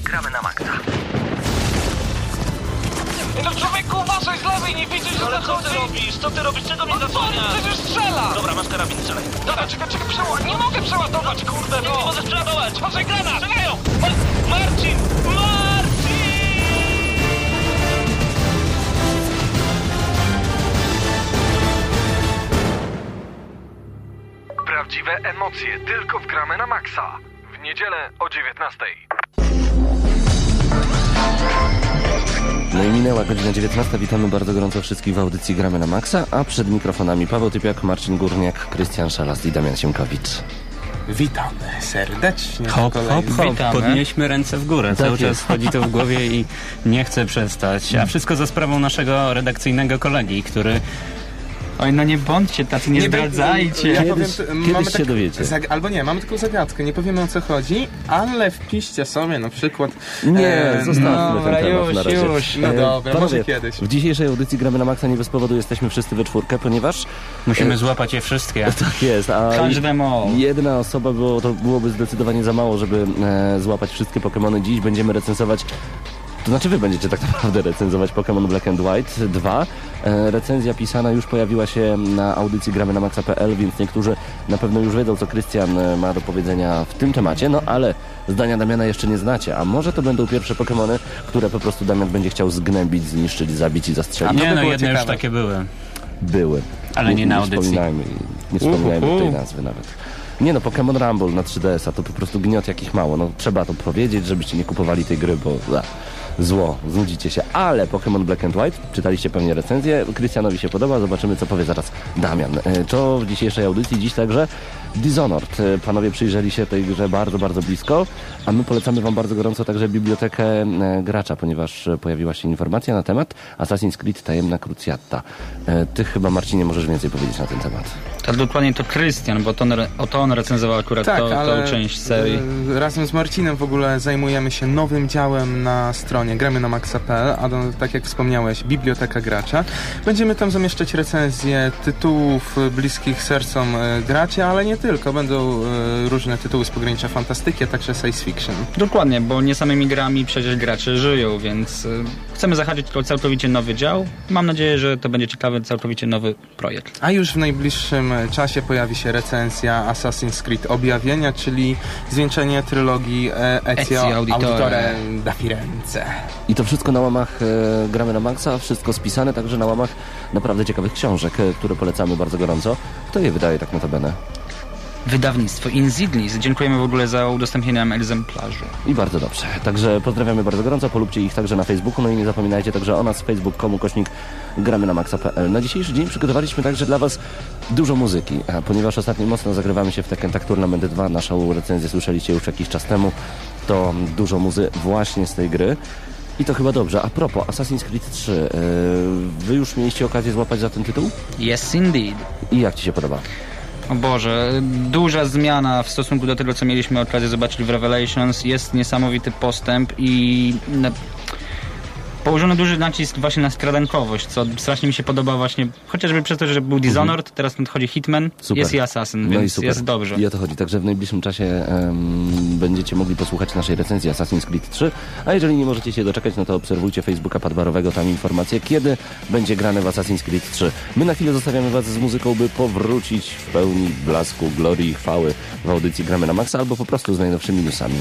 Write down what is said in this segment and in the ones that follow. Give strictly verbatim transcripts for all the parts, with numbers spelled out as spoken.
gramy na maksa. No człowieku, uważaj z lewej, nie widzisz, że Ale co zachodzi? ty robisz? Co ty robisz? Czego mnie zasłaniasz? Przecież strzela! Dobra, masz karabin, strzelaj. Dobra, czekaj, czekaj, przeładować. Nie mogę przeładować, kurde, Nie, no! nie możesz przeładować! Uważaj, granat! Strzelają! Ma- Marcin! Marcin! Prawdziwe emocje tylko w gramy na maksa. W niedzielę o dziewiętnastej. No i minęła godzina dziewiętnasta. Witamy bardzo gorąco wszystkich w audycji Gramy na Maxa, a przed mikrofonami Paweł Typiak, Marcin Górniak, Krystian Szalast i Damian Siemkowicz. Witamy serdecznie. Hop, hop, hop, Witamy. podnieśmy ręce w górę. Cały jest. czas chodzi to w głowie i nie chce przestać. A wszystko za sprawą naszego redakcyjnego kolegi, który... Oj, no nie bądźcie tacy, nie, nie zdradzajcie. Ja Kiedyś- powiem, kiedyś mamy się dowiecie. zag- albo nie, mamy taką zagadkę, nie powiemy o co chodzi, ale wpiszcie sobie na przykład... Nie, e, zostawmy dobra, ten temat już, na razie. już. No E, dobra, panowie, może kiedyś. W dzisiejszej audycji Gramy na Maxa nie bez powodu jesteśmy wszyscy we czwórkę, ponieważ... Musimy złapać je wszystkie. Tak jest, a Catch them all. jedna osoba było, to byłoby zdecydowanie za mało, żeby e, złapać wszystkie Pokemony. Dziś będziemy recenzować... To znaczy wy będziecie tak naprawdę recenzować Pokémon Black and White dwa. E, recenzja pisana już pojawiła się na audycji gramy na maxa kropka p l, więc niektórzy na pewno już wiedzą, co Krystian e, ma do powiedzenia w tym temacie, no ale zdania Damiana jeszcze nie znacie, a może to będą pierwsze Pokémony, które po prostu Damian będzie chciał zgnębić, zniszczyć, zabić i zastrzelić. Nie, by no było jedne już ciekawe. takie były. Były. Ale nie na audycji. Wspominajmy, nie wspominajmy Uhuhu. tej nazwy nawet. Nie no, Pokémon Rumble na trzy D S a to po prostu gniot jakich mało. No trzeba to powiedzieć, żebyście nie kupowali tej gry, bo... A. Zło, znudzicie się, ale Pokémon Black and White, czytaliście pewnie recenzję, Krystianowi się podoba, zobaczymy co powie zaraz Damian. E, To w dzisiejszej audycji, dziś także Dishonored. E, Panowie przyjrzeli się tej grze bardzo, bardzo blisko, a my polecamy wam bardzo gorąco także bibliotekę e, gracza, ponieważ e, pojawiła się informacja na temat Assassin's Creed Tajemna Cruciata. E, Ty chyba, Marcinie, możesz więcej powiedzieć na ten temat. Tak dokładnie to Krystian, bo to on, re- o to on recenzował akurat Tak, to, ale tą część serii. e, razem z Marcinem w ogóle zajmujemy się nowym działem na stronie gramy na maxa kropka p l, a do, tak jak wspomniałeś, biblioteka gracza. Będziemy tam zamieszczać recenzje tytułów e, bliskich sercom e, graczy, ale nie tylko. Będą e, różne tytuły z pogranicza fantastyki, a także science fiction. Dokładnie, bo nie samymi grami przecież gracze żyją, więc y, chcemy zahaczyć o całkowicie nowy dział. Mam nadzieję, że to będzie ciekawy, całkowicie nowy projekt. A już w najbliższym czasie pojawi się recenzja Assassin's Creed Objawienia, czyli zwieńczenie trylogii e, Ezio, Ezio Auditore. Auditore da Firenze. I to wszystko na łamach e, Gramy na Maxa, wszystko spisane także na łamach naprawdę ciekawych książek, e, które polecamy bardzo gorąco. Kto je wydaje tak notabene? Wydawnictwo Inzidlis. Dziękujemy w ogóle za udostępnienie nam egzemplarzy. I bardzo dobrze. Także pozdrawiamy bardzo gorąco, polubcie ich także na Facebooku, no i nie zapominajcie także o nas, facebook kropka com ukośnik gramy na maxa kropka p l. Na dzisiejszy dzień przygotowaliśmy także dla was dużo muzyki, a ponieważ ostatnio mocno zagrywamy się w Tekken Tag Tournament dwa, naszą recenzję słyszeliście już jakiś czas temu, to dużo muzy właśnie z tej gry. I to chyba dobrze. A propos, Assassin's Creed trzy, yy, wy już mieliście okazję złapać za ten tytuł? Yes, indeed. I jak ci się podoba? O Boże, duża zmiana w stosunku do tego, co mieliśmy okazję zobaczyć w Revelations. Jest niesamowity postęp i na... położono duży nacisk właśnie na skradankowość, co strasznie mi się podoba właśnie, chociażby przez to, że był Dishonored, mhm. teraz nadchodzi Hitman, Super. jest i Assassin, No więc i super. jest dobrze. I o to chodzi. Także w najbliższym czasie um, będziecie mogli posłuchać naszej recenzji Assassin's Creed trzy, a jeżeli nie możecie się doczekać, no to obserwujcie Facebooka Padbarowego, tam informacje, kiedy będzie grane w Assassin's Creed trzy. My na chwilę zostawiamy was z muzyką, by powrócić w pełni blasku, glorii i chwały w audycji Gramy na Maxa, albo po prostu z najnowszymi newsami.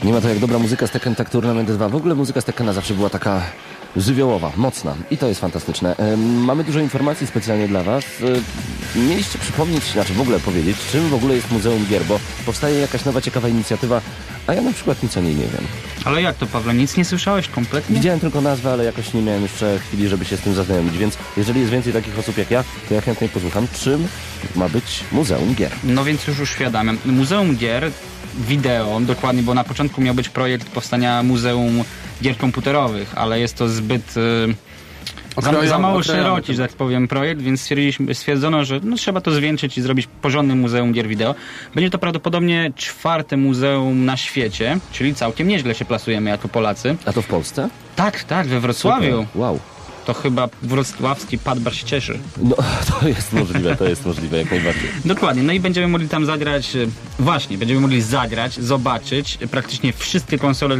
Nie ma to jak dobra muzyka z Tekken Tag Tournament dwa. W ogóle muzyka z Tekkena zawsze była taka żywiołowa, mocna i to jest fantastyczne. E, mamy dużo informacji specjalnie dla Was. E, mieliście przypomnieć, znaczy w ogóle powiedzieć, czym w ogóle jest Muzeum Gier, bo powstaje jakaś nowa, ciekawa inicjatywa, a ja na przykład nic o niej nie wiem. Ale jak to, Pawle? Nic nie słyszałeś kompletnie? Widziałem tylko nazwę, ale jakoś nie miałem jeszcze chwili, żeby się z tym zaznajomić, więc jeżeli jest więcej takich osób jak ja, to ja chętnie posłucham, czym ma być Muzeum Gier. No więc już uświadamiam. Muzeum Gier wideo, dokładnie, bo na początku miał być projekt powstania Muzeum Gier Komputerowych, ale jest to zbyt... Yy... Za, za mało szeroki, że tak powiem, projekt, więc stwierdziliśmy, stwierdzono, że no, trzeba to zwiększyć i zrobić porządne muzeum gier wideo. Będzie to prawdopodobnie czwarte muzeum na świecie, czyli całkiem nieźle się plasujemy jako Polacy. A to w Polsce? Tak, tak, we Wrocławiu. Super. Wow. To chyba wrocławski Padbar się cieszy. No, to jest możliwe, to jest możliwe, jak najbardziej. Dokładnie, no i będziemy mogli tam zagrać, właśnie, będziemy mogli zagrać, zobaczyć praktycznie wszystkie konsole yy,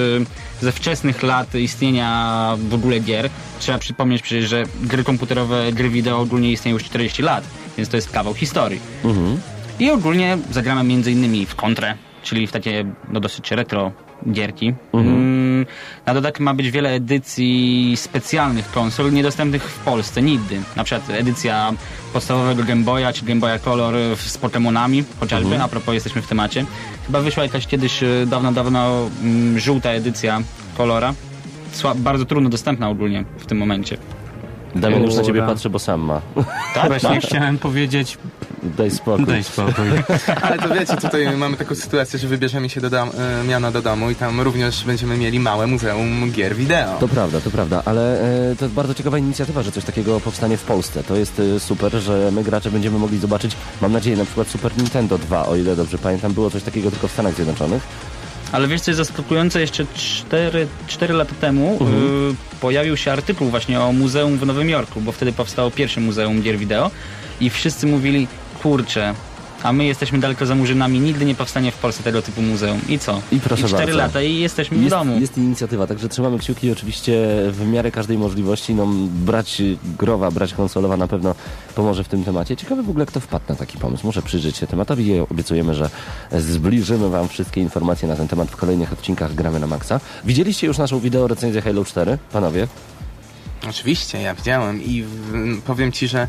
ze wczesnych lat istnienia w ogóle gier. Trzeba przypomnieć przecież, że gry komputerowe, gry wideo ogólnie istnieją już czterdzieści lat, więc to jest kawał historii. Mhm. I ogólnie zagramy między innymi w kontrę, czyli w takie no, dosyć retro gierki. Mhm. Na dodatek ma być wiele edycji specjalnych konsol, niedostępnych w Polsce nigdy. Na przykład edycja podstawowego Game Boya, czy Game Boya Color z Pokemonami, chociażby, mhm. a propos jesteśmy w temacie. Chyba wyszła jakaś kiedyś dawno, dawno m, żółta edycja Colora. Sła, bardzo trudno dostępna ogólnie w tym momencie. Damian już na ciebie patrzy, bo sam ma. Tak, właśnie chciałem powiedzieć... Daj spokój. Daj spokój. Ale to wiecie, tutaj mamy taką sytuację, że wybierzemy się do dam, miana do domu i tam również będziemy mieli małe muzeum gier wideo. To prawda, to prawda, ale e, to bardzo ciekawa inicjatywa, że coś takiego powstanie w Polsce. To jest e, super, że my gracze będziemy mogli zobaczyć, mam nadzieję, na przykład Super Nintendo dwa, o ile dobrze pamiętam, było coś takiego tylko w Stanach Zjednoczonych. Ale wiesz, co jest zaskakujące? Jeszcze cztery lata temu uh-huh. y, pojawił się artykuł właśnie o muzeum w Nowym Jorku, bo wtedy powstało pierwsze muzeum gier wideo i wszyscy mówili, kurczę, a my jesteśmy daleko za murzynami, nigdy nie powstanie w Polsce tego typu muzeum. I co? I proszę I cztery bardzo. lata i jesteśmy jest, w domu. Jest inicjatywa, także trzymamy kciuki oczywiście w miarę każdej możliwości. No, brać growa, brać konsolowa na pewno pomoże w tym temacie. Ciekawe w ogóle, kto wpadł na taki pomysł. Może przyjrzeć się tematowi i obiecujemy, że zbliżymy Wam wszystkie informacje na ten temat w kolejnych odcinkach Gramy na Maxa. Widzieliście już naszą wideo recenzję Halo cztery, panowie? Oczywiście, ja widziałem i w, powiem Ci, że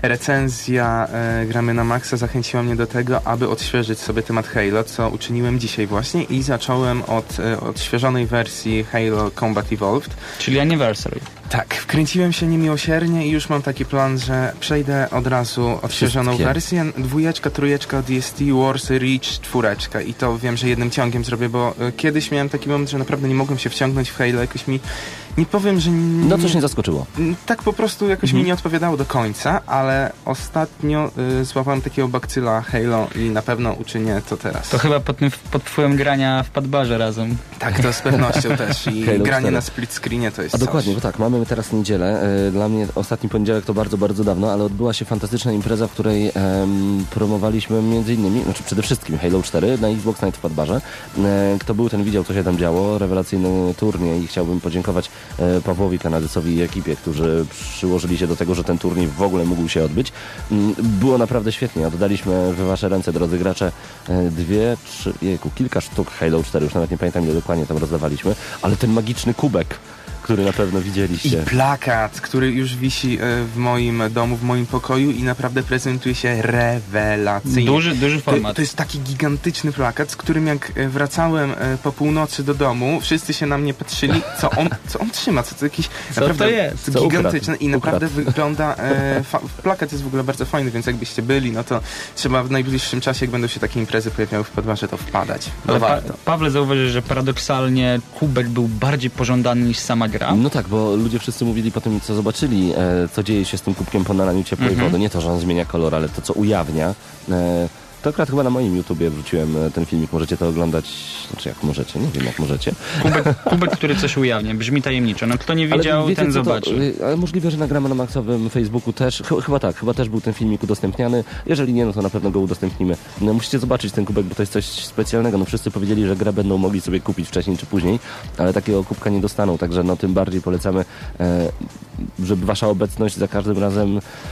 recenzja e, Gramy na Maxa zachęciła mnie do tego, aby odświeżyć sobie temat Halo, co uczyniłem dzisiaj właśnie i zacząłem od e, odświeżonej wersji Halo Combat Evolved. Czyli Anniversary. Tak, wkręciłem się niemiłosiernie i już mam taki plan, że przejdę od razu odświeżoną Wszystkie. wersję. Dwójeczka, trójeczka, D S T, Wars, Reach, czwóreczka i to wiem, że jednym ciągiem zrobię, bo e, kiedyś miałem taki moment, że naprawdę nie mogłem się wciągnąć w Halo, jakoś mi nie powiem, że... Nie, no coś mnie zaskoczyło. Tak po prostu jakoś mhm. mi nie odpowiadało do końca, ale ostatnio y, złapałem takiego bakcyla Halo i na pewno uczynię to teraz. To chyba pod, tym, pod wpływem grania w Padbarze razem. Tak, to z pewnością też i Halo granie cztery. na split screenie to jest A dokładnie, coś. bo tak, mamy teraz niedzielę. Dla mnie ostatni poniedziałek to bardzo, bardzo dawno, ale odbyła się fantastyczna impreza, w której em, promowaliśmy między innymi, znaczy przede wszystkim Halo cztery na Xbox Night w Padbarze. E, kto był, ten widział, co się tam działo. Rewelacyjny turniej i chciałbym podziękować e, Pawłowi Kanadysowi i ekipie, którzy przyłożyli się do tego, że ten turniej w ogóle mógł się odbyć. Było naprawdę świetnie. Oddaliśmy w Wasze ręce, drodzy gracze, dwie, trzy, jejku, kilka sztuk Halo cztery, już nawet nie pamiętam, ile dokładnie tam rozdawaliśmy, ale ten magiczny kubek, który na pewno widzieliście. I plakat, który już wisi w moim domu, w moim pokoju i naprawdę prezentuje się rewelacyjnie. Duży, duży format. To, to jest taki gigantyczny plakat, z którym jak wracałem po północy do domu, wszyscy się na mnie patrzyli, co on, co on trzyma, co to jakiś co naprawdę to jest? Co gigantyczny ukradł? i naprawdę ukradł. wygląda e, fa, plakat jest w ogóle bardzo fajny, więc jakbyście byli, no to trzeba w najbliższym czasie, jak będą się takie imprezy pojawiały w Podwarze, to wpadać. No Ale warto. pa- Pawle zauważy, że paradoksalnie kubek był bardziej pożądany niż sama gra. No tak, bo ludzie wszyscy mówili po tym, co zobaczyli, e, co dzieje się z tym kubkiem po nalaniu ciepłej Mhm. wody. Nie to, że on zmienia kolor, ale to, co ujawnia. E, to akurat chyba na moim YouTubie wrzuciłem ten filmik. Możecie to oglądać, znaczy jak możecie, nie wiem jak możecie. Kubek, kubek który coś ujawnia, brzmi tajemniczo. No kto nie widział, ale wiecie, ten co to, zobaczy. ale możliwe, że nagramy na Maxowym Facebooku też. Ch- chyba tak, chyba też był ten filmik udostępniany. Jeżeli nie, no to na pewno go udostępnimy. No, musicie zobaczyć ten kubek, bo to jest coś specjalnego. No wszyscy powiedzieli, że grę będą mogli sobie kupić wcześniej czy później, ale takiego kubka nie dostaną, także no tym bardziej polecamy, e, żeby wasza obecność za każdym razem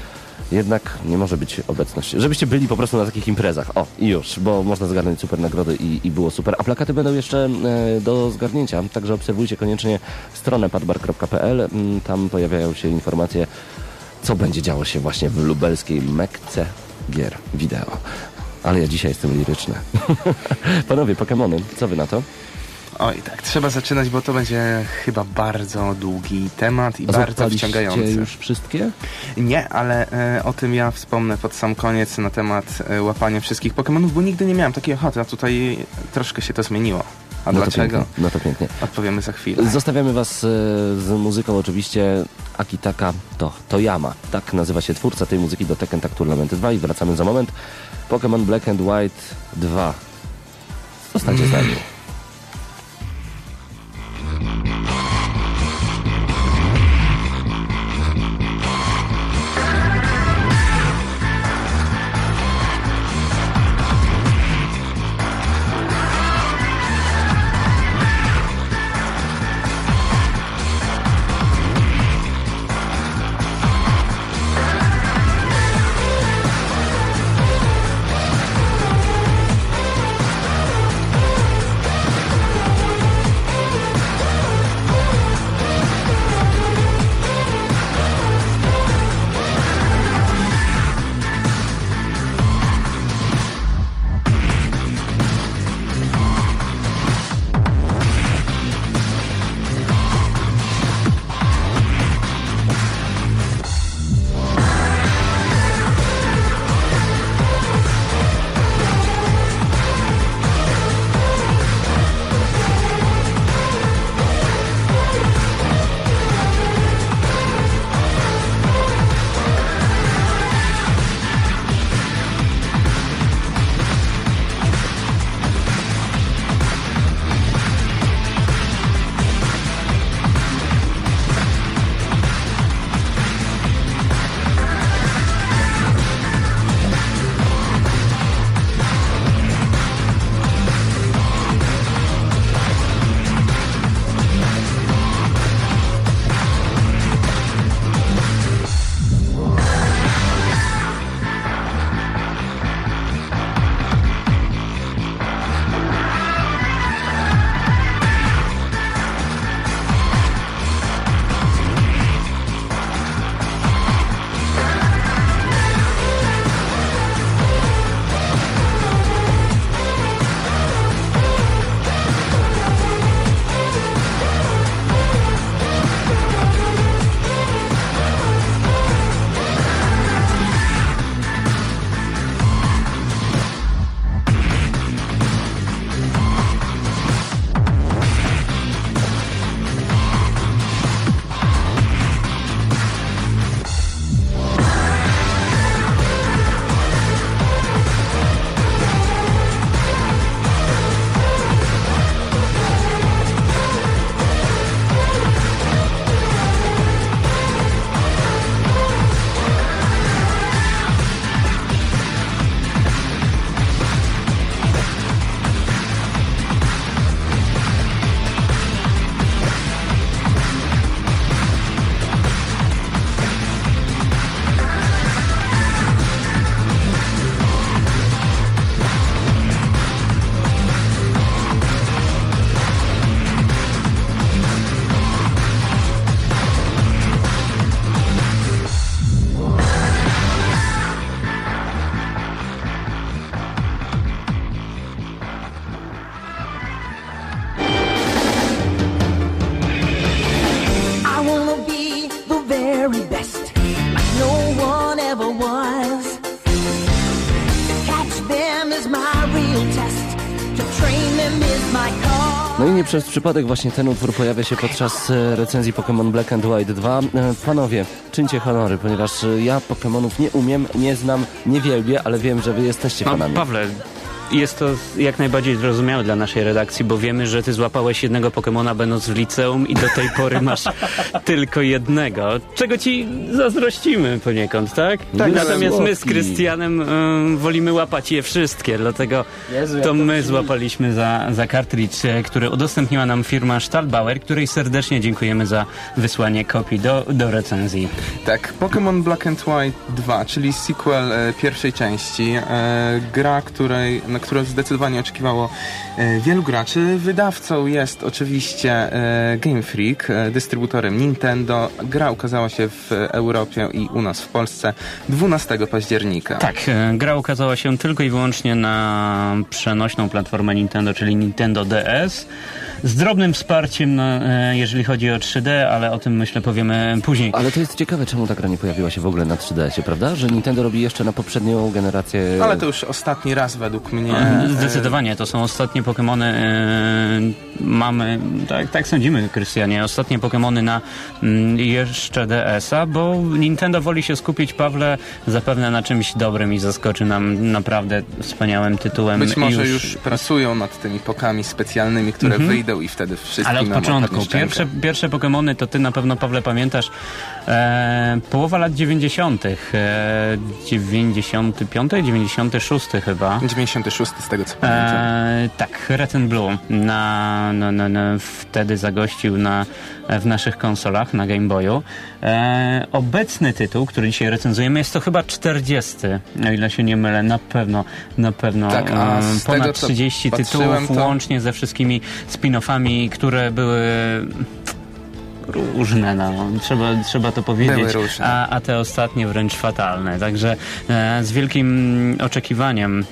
jednak nie może być obecność. Żebyście byli po prostu na takich imprezach. O, i już, bo można zgarnąć super nagrody i, i było super. A plakaty będą jeszcze e, do zgarnięcia, także obserwujcie koniecznie stronę padbar kropka p l. Tam pojawiają się informacje, co będzie działo się właśnie w lubelskiej Mekce gier wideo. Ale ja dzisiaj jestem liryczny. Panowie, Pokemony, co wy na to? Oj, tak, trzeba zaczynać, bo to będzie chyba bardzo długi temat i A bardzo wciągający. już wszystkie? Nie, ale e, o tym ja wspomnę pod sam koniec na temat e, łapania wszystkich Pokemonów, bo nigdy nie miałem takiej ochoty, a tutaj troszkę się to zmieniło. A no dlaczego? To pięknie, no to pięknie. Odpowiemy za chwilę. Zostawiamy was e, z muzyką oczywiście Akitaka to Toyama. Tak nazywa się twórca tej muzyki do Tekken Tag Tournament dwa i wracamy za moment. Pokémon Black and White dwa. Zostańcie z nami. No i nie przez przypadek właśnie ten utwór pojawia się podczas recenzji Pokémon Black and White dwa. Panowie, czyńcie honory, ponieważ ja Pokémonów nie umiem, nie znam, nie wielbię, ale wiem, że wy jesteście No, fanami. Pawle, jest to jak najbardziej zrozumiałe dla naszej redakcji, bo wiemy, że ty złapałeś jednego Pokemona będąc w liceum i do tej pory masz tylko jednego, czego ci zazdrościmy poniekąd, tak? Tak, Natomiast my z słodki. Krystianem y, wolimy łapać je wszystkie, dlatego Jezu, to jak my brzmi. złapaliśmy za, za kartridż, e, który udostępniła nam firma Stahlbauer, której serdecznie dziękujemy za wysłanie kopii do, do recenzji. Tak, Pokémon Black and White dwa, czyli sequel e, pierwszej części, e, gra, której, na którą zdecydowanie oczekiwało e, wielu graczy. Wydawcą jest oczywiście e, Game Freak, e, dystrybutorem Nintendo. Gra ukazała się w Europie i u nas w Polsce dwunastego października. Tak, e, gra ukazała się tylko i wyłącznie na przenośną platformę Nintendo, czyli Nintendo D S, z drobnym wsparciem, na, e, jeżeli chodzi o trzy D, ale o tym myślę powiemy później. Ale to jest ciekawe, czemu ta gra nie pojawiła się w ogóle na trzy D S ie, prawda? Że Nintendo robi jeszcze na poprzednią generację... Ale to już ostatni raz według mnie. E, Zdecydowanie, to są ostatnie Pokemony, e, mamy, tak, tak sądzimy, Krystianie, ostatnie Pokemony na mm, jeszcze D S a, bo Nintendo woli się skupić, Pawle, zapewne na czymś dobrym i zaskoczy nam naprawdę wspaniałym tytułem. Być może I już... już pracują nad tymi pokami specjalnymi, które Mhm. wyjdą i wtedy wszystkim Ale od nam początku. opadnie szczęka. Pierwsze, pierwsze Pokemony to ty na pewno, Pawle, pamiętasz. E, połowa lat dziewięćdziesiątych. E, dziewięćdziesiąty piąty, dziewięćdziesiąty szósty chyba. dziewięćdziesiąty szósty z tego co pamiętam. E, tak, Red and Blue na, na, na, na, wtedy zagościł na, w naszych konsolach, na Game Boyu. E, obecny tytuł, który dzisiaj recenzujemy, jest to chyba czterdziesty, o ile się nie mylę, na pewno, na pewno Tak, a z e, ponad tego, co trzydzieści patrzyłem, tytułów, to- łącznie ze wszystkimi spin-offami, które były różne, no. trzeba, trzeba to powiedzieć, Były różne. a, a te ostatnie wręcz fatalne. Także e, z wielkim oczekiwaniem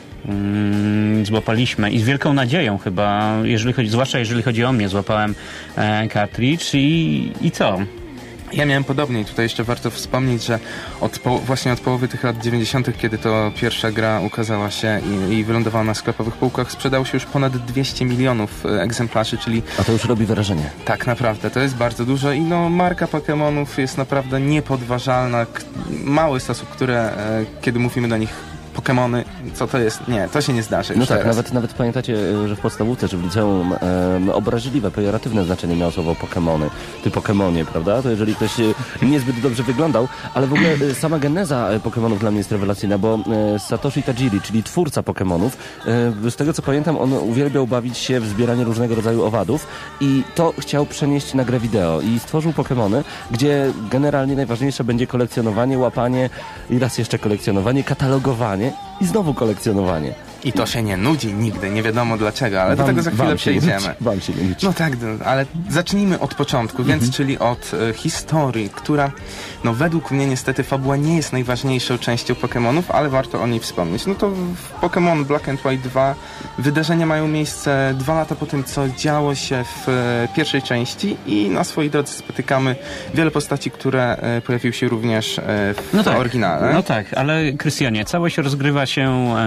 mm, złapaliśmy i z wielką nadzieją chyba, jeżeli chodzi, zwłaszcza jeżeli chodzi o mnie, złapałem e, cartridge i, i co? Ja miałem podobnie i tutaj jeszcze warto wspomnieć, że od po, właśnie od połowy tych lat dziewięćdziesiątych, kiedy to pierwsza gra ukazała się i, i wylądowała na sklepowych półkach, sprzedało się już ponad dwieście milionów e, egzemplarzy, czyli A to już robi wrażenie. tak naprawdę to jest bardzo dużo i no marka Pokemonów jest naprawdę niepodważalna. K- Mały jest osób, które e, kiedy mówimy do nich Pokemony, co to jest? Nie, to się nie zdarzy No już tak, teraz. nawet, nawet pamiętacie, że w podstawówce czy w liceum em, obraźliwe, pejoratywne znaczenie miało słowo Pokemony. Ty Pokemonie, prawda? To jeżeli ktoś e, niezbyt dobrze wyglądał, ale w ogóle e, sama geneza e, Pokemonów dla mnie jest rewelacyjna, bo e, Satoshi Tajiri, czyli twórca Pokemonów, e, z tego co pamiętam, on uwielbiał bawić się w zbieranie różnego rodzaju owadów i to chciał przenieść na grę wideo i stworzył Pokemony, gdzie generalnie najważniejsze będzie kolekcjonowanie, łapanie i raz jeszcze kolekcjonowanie, katalogowanie i znowu kolekcjonowanie. I to się nie nudzi nigdy, nie wiadomo dlaczego, ale do Wam- tego za chwilę wam się nie nudzi. przejdziemy. Wam się nie nudzi. No tak, no, ale zacznijmy od początku, więc czyli od e, historii, która no według mnie niestety fabuła nie jest najważniejszą częścią Pokemonów, ale warto o niej wspomnieć. No to w Pokémon Black and White dwa wydarzenia mają miejsce dwa lata po tym, co działo się w e, pierwszej części i na swojej drodze spotykamy wiele postaci, które e, pojawiły się również e, w No tak, oryginale. no tak, ale Krystianie, całość rozgrywa się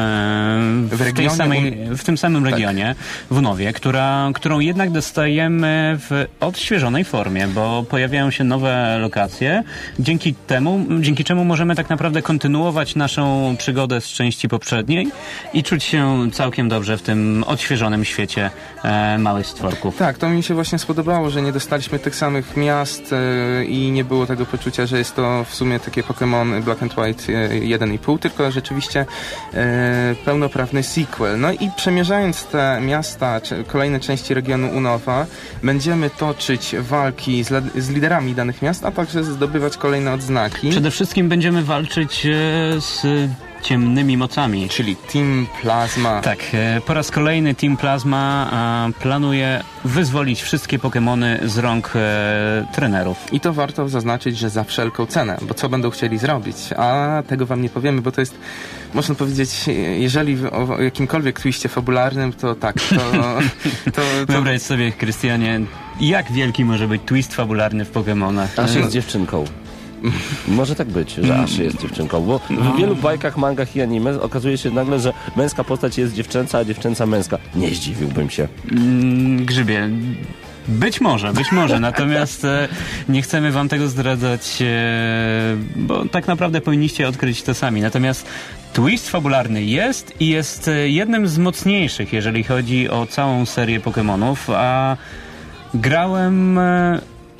e, w, W tej regionie samej, w tym samym Tak. regionie, w Unowie, która, którą jednak dostajemy w odświeżonej formie, bo pojawiają się nowe lokacje, dzięki temu, dzięki czemu możemy tak naprawdę kontynuować naszą przygodę z części poprzedniej i czuć się całkiem dobrze w tym odświeżonym świecie e, małych stworków. Tak, to mi się właśnie spodobało, że nie dostaliśmy tych samych miast e, i nie było tego poczucia, że jest to w sumie takie Pokémon Black and White e, jeden i pół, tylko rzeczywiście e, pełnoprawny sequel. No i przemierzając te miasta, czy kolejne części regionu Unowa, będziemy toczyć walki z, z liderami danych miast, a także zdobywać kolejne odznaki. Przede wszystkim będziemy walczyć e, z ciemnymi mocami. Czyli Team Plasma. Tak, e, po raz kolejny Team Plasma e, planuje wyzwolić wszystkie Pokemony z rąk e, trenerów. I to warto zaznaczyć, że za wszelką cenę, bo co będą chcieli zrobić? A tego wam nie powiemy, bo to jest, można powiedzieć, jeżeli w- o jakimkolwiek twiście fabularnym, to tak, to... to, to Wyobraź sobie, Krystianie, jak wielki może być twist fabularny w Pokemonach. Aż jest dziewczynką. Może tak być, że Ash jest dziewczynką, bo w wielu bajkach, mangach i anime okazuje się nagle, że męska postać jest dziewczęca, a dziewczęca męska. Nie zdziwiłbym się. Mm, Grzybie, Być może, być może, natomiast e, nie chcemy wam tego zdradzać, e, bo tak naprawdę powinniście odkryć to sami. Natomiast twist fabularny jest i jest e, jednym z mocniejszych, jeżeli chodzi o całą serię Pokemonów, a grałem e,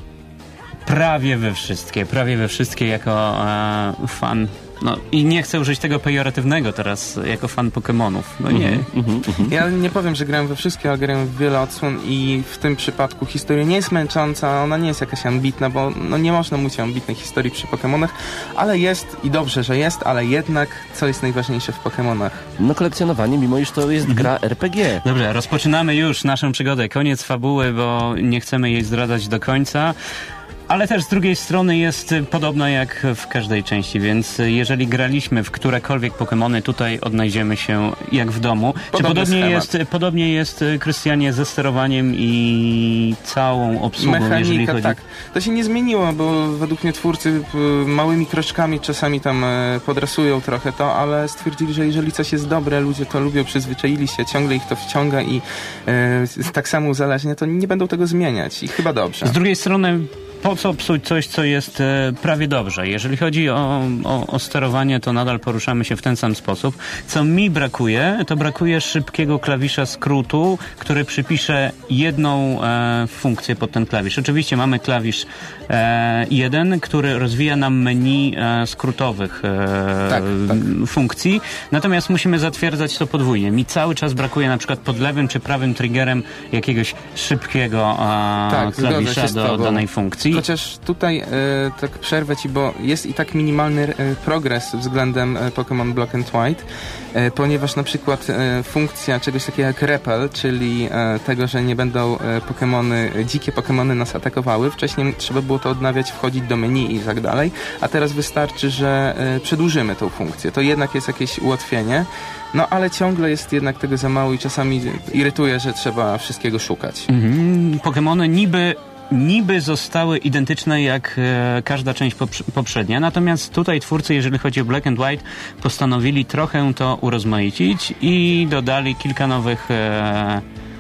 prawie we wszystkie, prawie we wszystkie jako e, fan. No i nie chcę użyć tego pejoratywnego teraz, jako fan Pokemonów. No nie. Mm-hmm, mm-hmm. Ja nie powiem, że grałem we wszystkie, ale grałem w wiele odsłon i w tym przypadku historia nie jest męcząca, ona nie jest jakaś ambitna, bo no nie można mówić o ambitnej historii przy Pokemonach, ale jest i dobrze, że jest, ale jednak co jest najważniejsze w Pokemonach? No kolekcjonowanie, mimo iż to jest gra R P G. Dobrze, rozpoczynamy już naszą przygodę. Koniec fabuły, bo nie chcemy jej zdradzać do końca. Ale też z drugiej strony jest podobna jak w każdej części, więc jeżeli graliśmy w którekolwiek Pokemony, tutaj odnajdziemy się jak w domu. Podobny Czy podobnie jest, podobnie jest, Krystianie, ze sterowaniem i całą obsługą, Mechanika, jeżeli chodzi... tak. To się nie zmieniło, bo według mnie twórcy małymi kroczkami czasami tam podrasują trochę to, ale stwierdzili, że jeżeli coś jest dobre, ludzie to lubią, przyzwyczaili się, ciągle ich to wciąga i e, tak samo uzależnia, to nie będą tego zmieniać i chyba dobrze. Z drugiej strony po co psuć coś, co jest e, prawie dobrze? Jeżeli chodzi o, o, o sterowanie, to nadal poruszamy się w ten sam sposób. Co mi brakuje, to brakuje szybkiego klawisza skrótu, który przypisze jedną e, funkcję pod ten klawisz. Oczywiście mamy klawisz e, jeden, który rozwija nam menu e, skrótowych e, tak, tak. funkcji, natomiast musimy zatwierdzać to podwójnie. Mi cały czas brakuje na przykład pod lewym czy prawym triggerem jakiegoś szybkiego e, tak, klawisza do danej funkcji. Chociaż tutaj e, tak przerwę ci, bo jest i tak minimalny e, progres względem e, Pokémon Black and White, e, ponieważ na przykład e, funkcja czegoś takiego jak repel, czyli e, tego, że nie będą e, Pokemony, dzikie Pokemony nas atakowały. Wcześniej trzeba było to odnawiać, wchodzić do menu i tak dalej, a teraz wystarczy, że e, przedłużymy tą funkcję. To jednak jest jakieś ułatwienie. No ale ciągle jest jednak tego za mało i czasami irytuje, że trzeba wszystkiego szukać. Mhm. Pokemony niby niby zostały identyczne jak e, każda część poprz- poprzednia, natomiast tutaj twórcy, jeżeli chodzi o Black and White, postanowili trochę to urozmaicić i dodali kilka nowych e,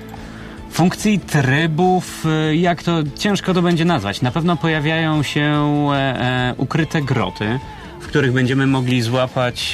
funkcji, trybów, e, jak to ciężko to będzie nazwać. Na pewno pojawiają się e, e, ukryte groty, w których będziemy mogli złapać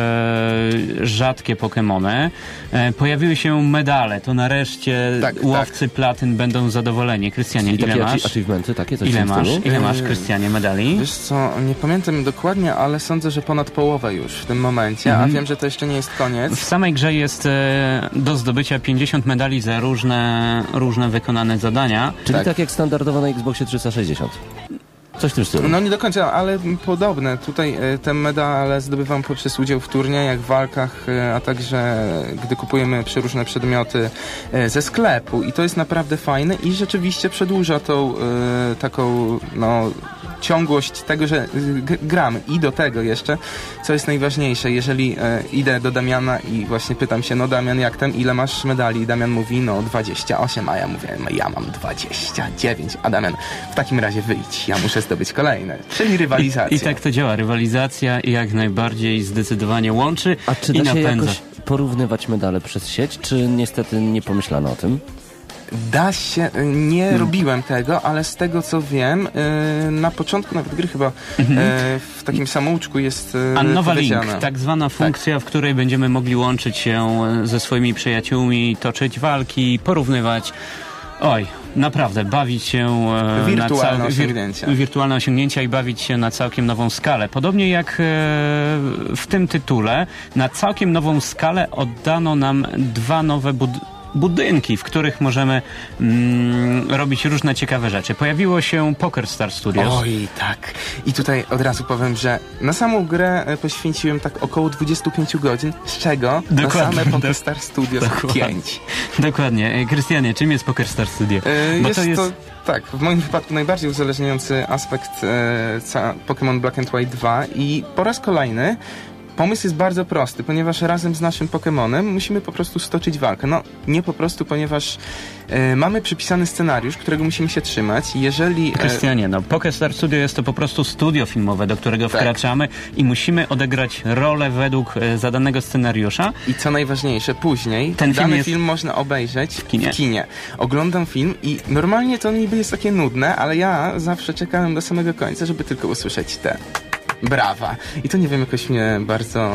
e, rzadkie Pokemony. E, pojawiły się medale, to nareszcie tak, łowcy tak. platyn będą zadowoleni. Krystianie, ile takie masz? achievementy, takie coś Ile w tym masz? stylu? Ile masz, Krystianie, medali? Wiesz co, nie pamiętam dokładnie, ale sądzę, że ponad połowę już w tym momencie, mhm. a wiem, że to jeszcze nie jest koniec. W samej grze jest e, do zdobycia pięćdziesiąt medali za różne, różne wykonane zadania. Czyli tak, tak jak standardowo na Xboxie trzysta sześćdziesiąt. Coś w tym stylu. No nie do końca, ale podobne. Tutaj e, te medale zdobywam poprzez udział w turniejach, walkach, e, a także gdy kupujemy przeróżne przedmioty e, ze sklepu i to jest naprawdę fajne i rzeczywiście przedłuża tą e, taką no ciągłość tego, że g- gramy i do tego jeszcze, co jest najważniejsze, jeżeli e, idę do Damiana i właśnie pytam się, no Damian, jak tam, ile masz medali? I Damian mówi, no dwadzieścia osiem, a ja mówię, no ja mam dwadzieścia dziewięć, a Damian, w takim razie wyjdź, ja muszę zdobyć kolejne, czyli rywalizacja. I, I tak to działa, rywalizacja i jak najbardziej zdecydowanie łączy a czy i da się napędza. jakoś porównywać medale przez sieć, czy niestety nie pomyślano o tym? Da się, nie Hmm. robiłem tego, ale z tego co wiem, yy, na początku nawet gry chyba yy, w takim samouczku jest yy, A nowa powiedziane. Link, tak zwana funkcja, tak. w której będziemy mogli łączyć się ze swoimi przyjaciółmi, toczyć walki, porównywać. Oj, naprawdę, bawić się e, wirtualne na cał... osiągnięcia. Wir... wirtualne osiągnięcia i bawić się na całkiem nową skalę. Podobnie jak e, w tym tytule, na całkiem nową skalę oddano nam dwa nowe bud... budynki, w których możemy mm, robić różne ciekawe rzeczy. Pojawiło się Poker Star Studios. Oj, tak. I tutaj od razu powiem, że na samą grę e, poświęciłem tak około dwadzieścia pięć godzin, z czego Dokładnie. na same Poker Star Studios Dokładnie. pięć. Dokładnie. Krystianie, czym jest Poker Star Studio? E, Bo jest to jest... to, tak, w moim wypadku najbardziej uzależniający aspekt e, ca- Pokémon Black and White dwa i po raz kolejny Pomysł jest bardzo prosty, ponieważ razem z naszym Pokemonem musimy po prostu stoczyć walkę. No, nie po prostu, ponieważ e, mamy przypisany scenariusz, którego musimy się trzymać. Jeżeli... E, Krystianie, no PokeStar Studio jest to po prostu studio filmowe, do którego tak. wkraczamy i musimy odegrać rolę według e, zadanego scenariusza. I co najważniejsze, później Ten dany film jest film można obejrzeć w kinie. w kinie. Oglądam film i normalnie to niby jest takie nudne, ale ja zawsze czekałem do samego końca, żeby tylko usłyszeć te brawa. I to nie wiem, jakoś mnie bardzo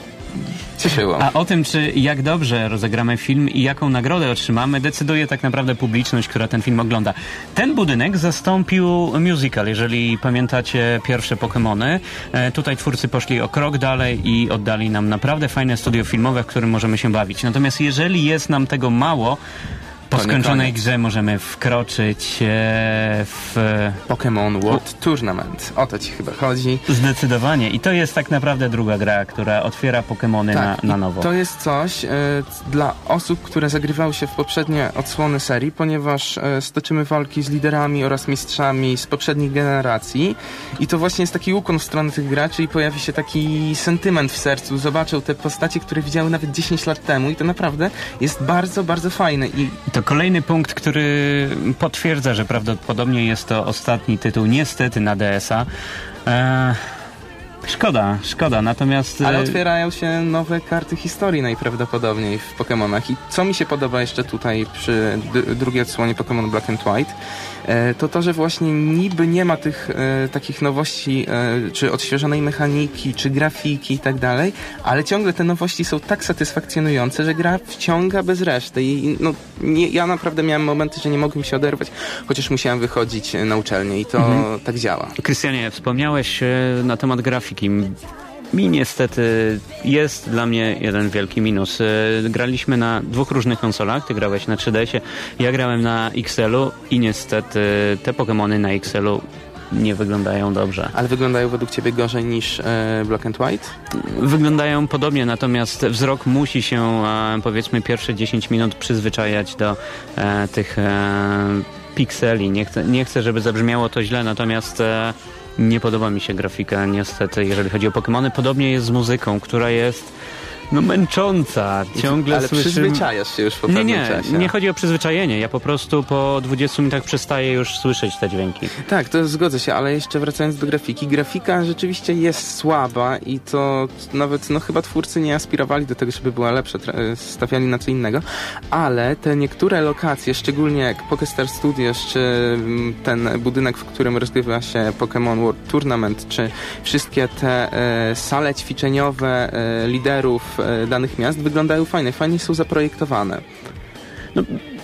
y, cieszyło. A o tym, czy jak dobrze rozegramy film i jaką nagrodę otrzymamy, decyduje tak naprawdę publiczność, która ten film ogląda. Ten budynek zastąpił musical, jeżeli pamiętacie pierwsze Pokemony. E, tutaj twórcy poszli o krok dalej i oddali nam naprawdę fajne studio filmowe, w którym możemy się bawić. Natomiast jeżeli jest nam tego mało, po skończonej grze możemy wkroczyć e, w... Pokémon World Tournament. O to ci chyba chodzi. Zdecydowanie. I to jest tak naprawdę druga gra, która otwiera Pokemony Tak, na, na nowo. to jest coś e, dla osób, które zagrywały się w poprzednie odsłony serii, ponieważ e, stoczymy walki z liderami oraz mistrzami z poprzednich generacji i to właśnie jest taki ukłon w stronę tych graczy i pojawi się taki sentyment w sercu. Zobaczą te postacie, które widziały nawet dziesięć lat temu i to naprawdę jest bardzo, bardzo fajne. I To kolejny punkt, który potwierdza, że prawdopodobnie jest to ostatni tytuł, niestety, na D S a. Eee, szkoda, szkoda, natomiast... Ale otwierają się nowe karty historii najprawdopodobniej w Pokemonach. I co mi się podoba jeszcze tutaj przy d- drugiej odsłonie Pokémon Black and White, e, to to, że właśnie niby nie ma tych e, takich nowości, e, czy odświeżonej mechaniki, czy grafiki i tak dalej, ale ciągle te nowości są tak satysfakcjonujące, że gra wciąga bez reszty. I no, nie, ja naprawdę miałem momenty, że nie mogłem się oderwać, chociaż musiałem wychodzić na uczelnię i to mhm. tak działa. Krystianie, wspomniałeś e, na temat grafiki. Mi niestety jest dla mnie jeden wielki minus. Graliśmy na dwóch różnych konsolach, ty grałeś na trzy D S ie, ja grałem na X L-u i niestety te Pokemony na X L-u nie wyglądają dobrze. Ale wyglądają według ciebie gorzej niż e, Black and White? Wyglądają podobnie, natomiast wzrok musi się e, powiedzmy pierwsze dziesięć minut przyzwyczajać do e, tych e, pikseli. Nie chcę, nie chcę, żeby zabrzmiało to źle, natomiast e, nie podoba mi się grafika, niestety, jeżeli chodzi o Pokemony. Podobnie jest z muzyką, która jest no męcząca. Ciągle Ale słyszymy... przyzwyczajasz się już po nie, pewnym nie, czasie. nie chodzi o przyzwyczajenie. Ja po prostu po dwudziestu minutach przestaję już słyszeć te dźwięki. Tak, to zgodzę się, ale jeszcze wracając do grafiki. Grafika rzeczywiście jest słaba i to nawet, no chyba twórcy nie aspirowali do tego, żeby była lepsza, stawiali na co innego, ale te niektóre lokacje, szczególnie jak PokeStar Studios, czy ten budynek, w którym rozgrywa się Pokémon World Tournament, czy wszystkie te e, sale ćwiczeniowe e, liderów e, danych miast wyglądają fajnie, fajnie są zaprojektowane. No,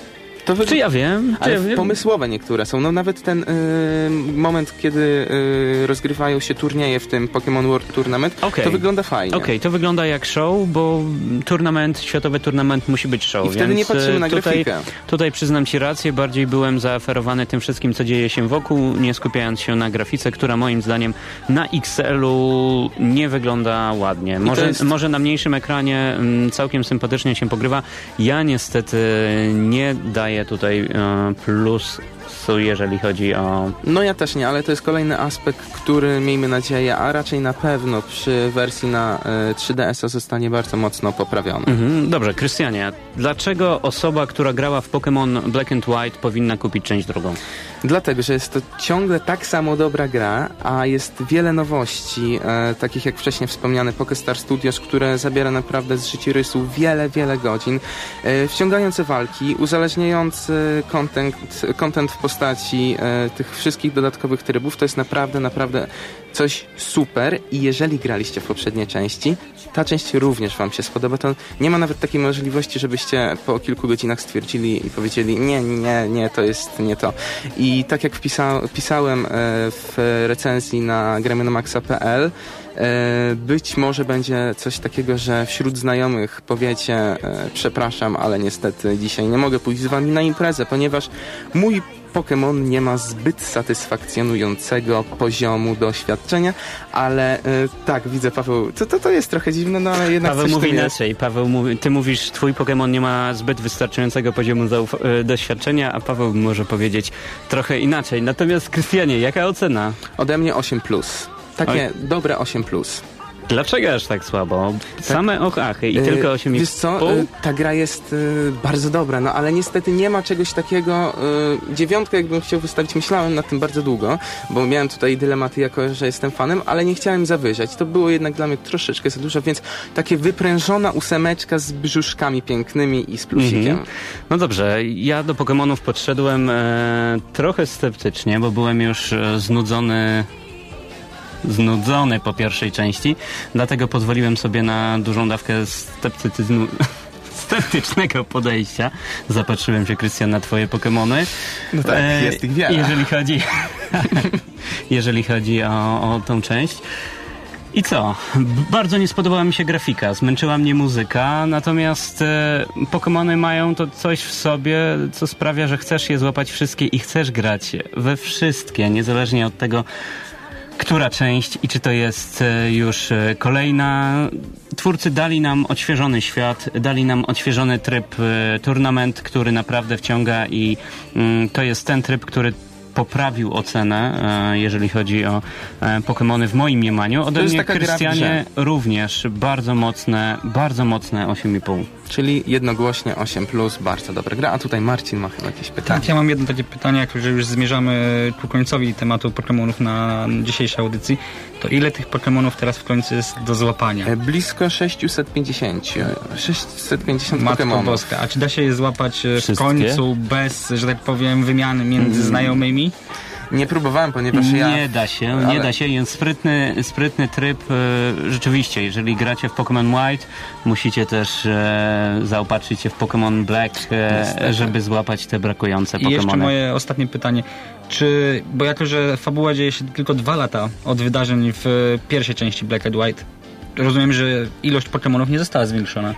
to wy... Czy ja wiem? Czy Ale ja wiem? pomysłowe niektóre są. No nawet ten y, moment, kiedy y, rozgrywają się turnieje w tym Pokémon World Tournament, okay. to wygląda fajnie. Okej, okay, to wygląda jak show, bo turnament, światowy turnament musi być show. I wtedy więc nie patrzymy na tutaj, grafikę. Tutaj przyznam ci rację, bardziej byłem zaaferowany tym wszystkim, co dzieje się wokół, nie skupiając się na grafice, która moim zdaniem na X L-u nie wygląda ładnie. Może, jest... może na mniejszym ekranie m, całkiem sympatycznie się pogrywa. Ja niestety nie daję tutaj e, plus, jeżeli chodzi o... No ja też nie, ale to jest kolejny aspekt, który miejmy nadzieję, a raczej na pewno przy wersji na y, trzy D S a zostanie bardzo mocno poprawiony. Mhm, dobrze, Krystianie, dlaczego osoba, która grała w Pokémon Black and White powinna kupić część drugą? Dlatego, że jest to ciągle tak samo dobra gra, a jest wiele nowości, e, takich jak wcześniej wspomniany PokeStar Studios, które zabiera naprawdę z życiorysu wiele, wiele godzin, e, wciągające walki, uzależniający content, content w postaci e, tych wszystkich dodatkowych trybów, to jest naprawdę, naprawdę coś super i jeżeli graliście w poprzedniej części, ta część również wam się spodoba, to nie ma nawet takiej możliwości, żebyście po kilku godzinach stwierdzili i powiedzieli nie, nie, nie, to jest nie to. I tak jak wpisa- pisałem e, w recenzji na gramy na maxa kropka p l, e, być może będzie coś takiego, że wśród znajomych powiecie e, przepraszam, ale niestety dzisiaj nie mogę pójść z wami na imprezę, ponieważ mój Pokémon nie ma zbyt satysfakcjonującego poziomu doświadczenia, ale e, tak, widzę, Paweł, to, to, to jest trochę dziwne, no ale jednak Paweł coś mówi w tym inaczej. jest. Paweł mówi, ty mówisz, twój Pokémon nie ma zbyt wystarczającego poziomu zauf- e, doświadczenia, a Paweł może powiedzieć trochę inaczej. Natomiast Krystianie, jaka ocena? Ode mnie osiem plus. Takie Oj. dobre osiem plus. Dlaczego aż tak słabo? Same ochy i E, tylko osiem i Wiesz co, pół? e, ta gra jest e, bardzo dobra, no ale niestety nie ma czegoś takiego. E, dziewiątkę jakbym chciał wystawić, myślałem nad tym bardzo długo, bo miałem tutaj dylematy jako, że jestem fanem, ale nie chciałem zawyżać. To było jednak dla mnie troszeczkę za dużo, więc takie wyprężona ósemeczka z brzuszkami pięknymi i z plusikiem. Mhm. No dobrze, ja do Pokemonów podszedłem e, trochę sceptycznie, bo byłem już e, znudzony znudzony po pierwszej części, dlatego pozwoliłem sobie na dużą dawkę sceptycyzmu sceptycznego podejścia. Zapatrzyłem się, Krystian, na twoje Pokemony. No tak, jest ich wiele. Jeżeli chodzi jeżeli chodzi o, o tą część. I co? B- bardzo nie spodobała mi się grafika, zmęczyła mnie muzyka, natomiast e, Pokemony mają to coś w sobie, co sprawia, że chcesz je złapać wszystkie i chcesz grać we wszystkie, niezależnie od tego, która część i czy to jest e, już e, kolejna. Twórcy dali nam odświeżony świat, dali nam odświeżony tryb e, turnament, który naprawdę wciąga i mm, to jest ten tryb, który poprawił ocenę, e, jeżeli chodzi o e, Pokemony w moim mniemaniu. Ode jest mnie, taka gra w Krystianie, również bardzo mocne, bardzo mocne osiem i pół. Czyli jednogłośnie osiem plus, bardzo dobra gra. A tutaj Marcin ma chyba jakieś pytanie. Tak, ja mam jedno takie pytanie, jak że już zmierzamy ku końcowi tematu Pokemonów na dzisiejszej audycji, to ile tych Pokemonów teraz w końcu jest do złapania? E, Blisko sześćset pięćdziesiąt. sześćset pięćdziesiąt Matko Pokemonów. Boska, a czy da się je złapać e, w Wszystkie? końcu bez, że tak powiem, wymiany między Mm. znajomymi? Nie próbowałem, ponieważ ja... Nie da się, nie ale- da się. Jest sprytny, sprytny tryb. E, rzeczywiście, jeżeli gracie w Pokémon White, musicie też e, zaopatrzyć się w Pokémon Black, e, Niestety. żeby złapać te brakujące I jeszcze Pokémony. moje ostatnie pytanie. Czy, bo jako, że fabuła dzieje się tylko dwa lata od wydarzeń w e, pierwszej części Black and White, rozumiem, że ilość Pokemonów nie została zwiększona.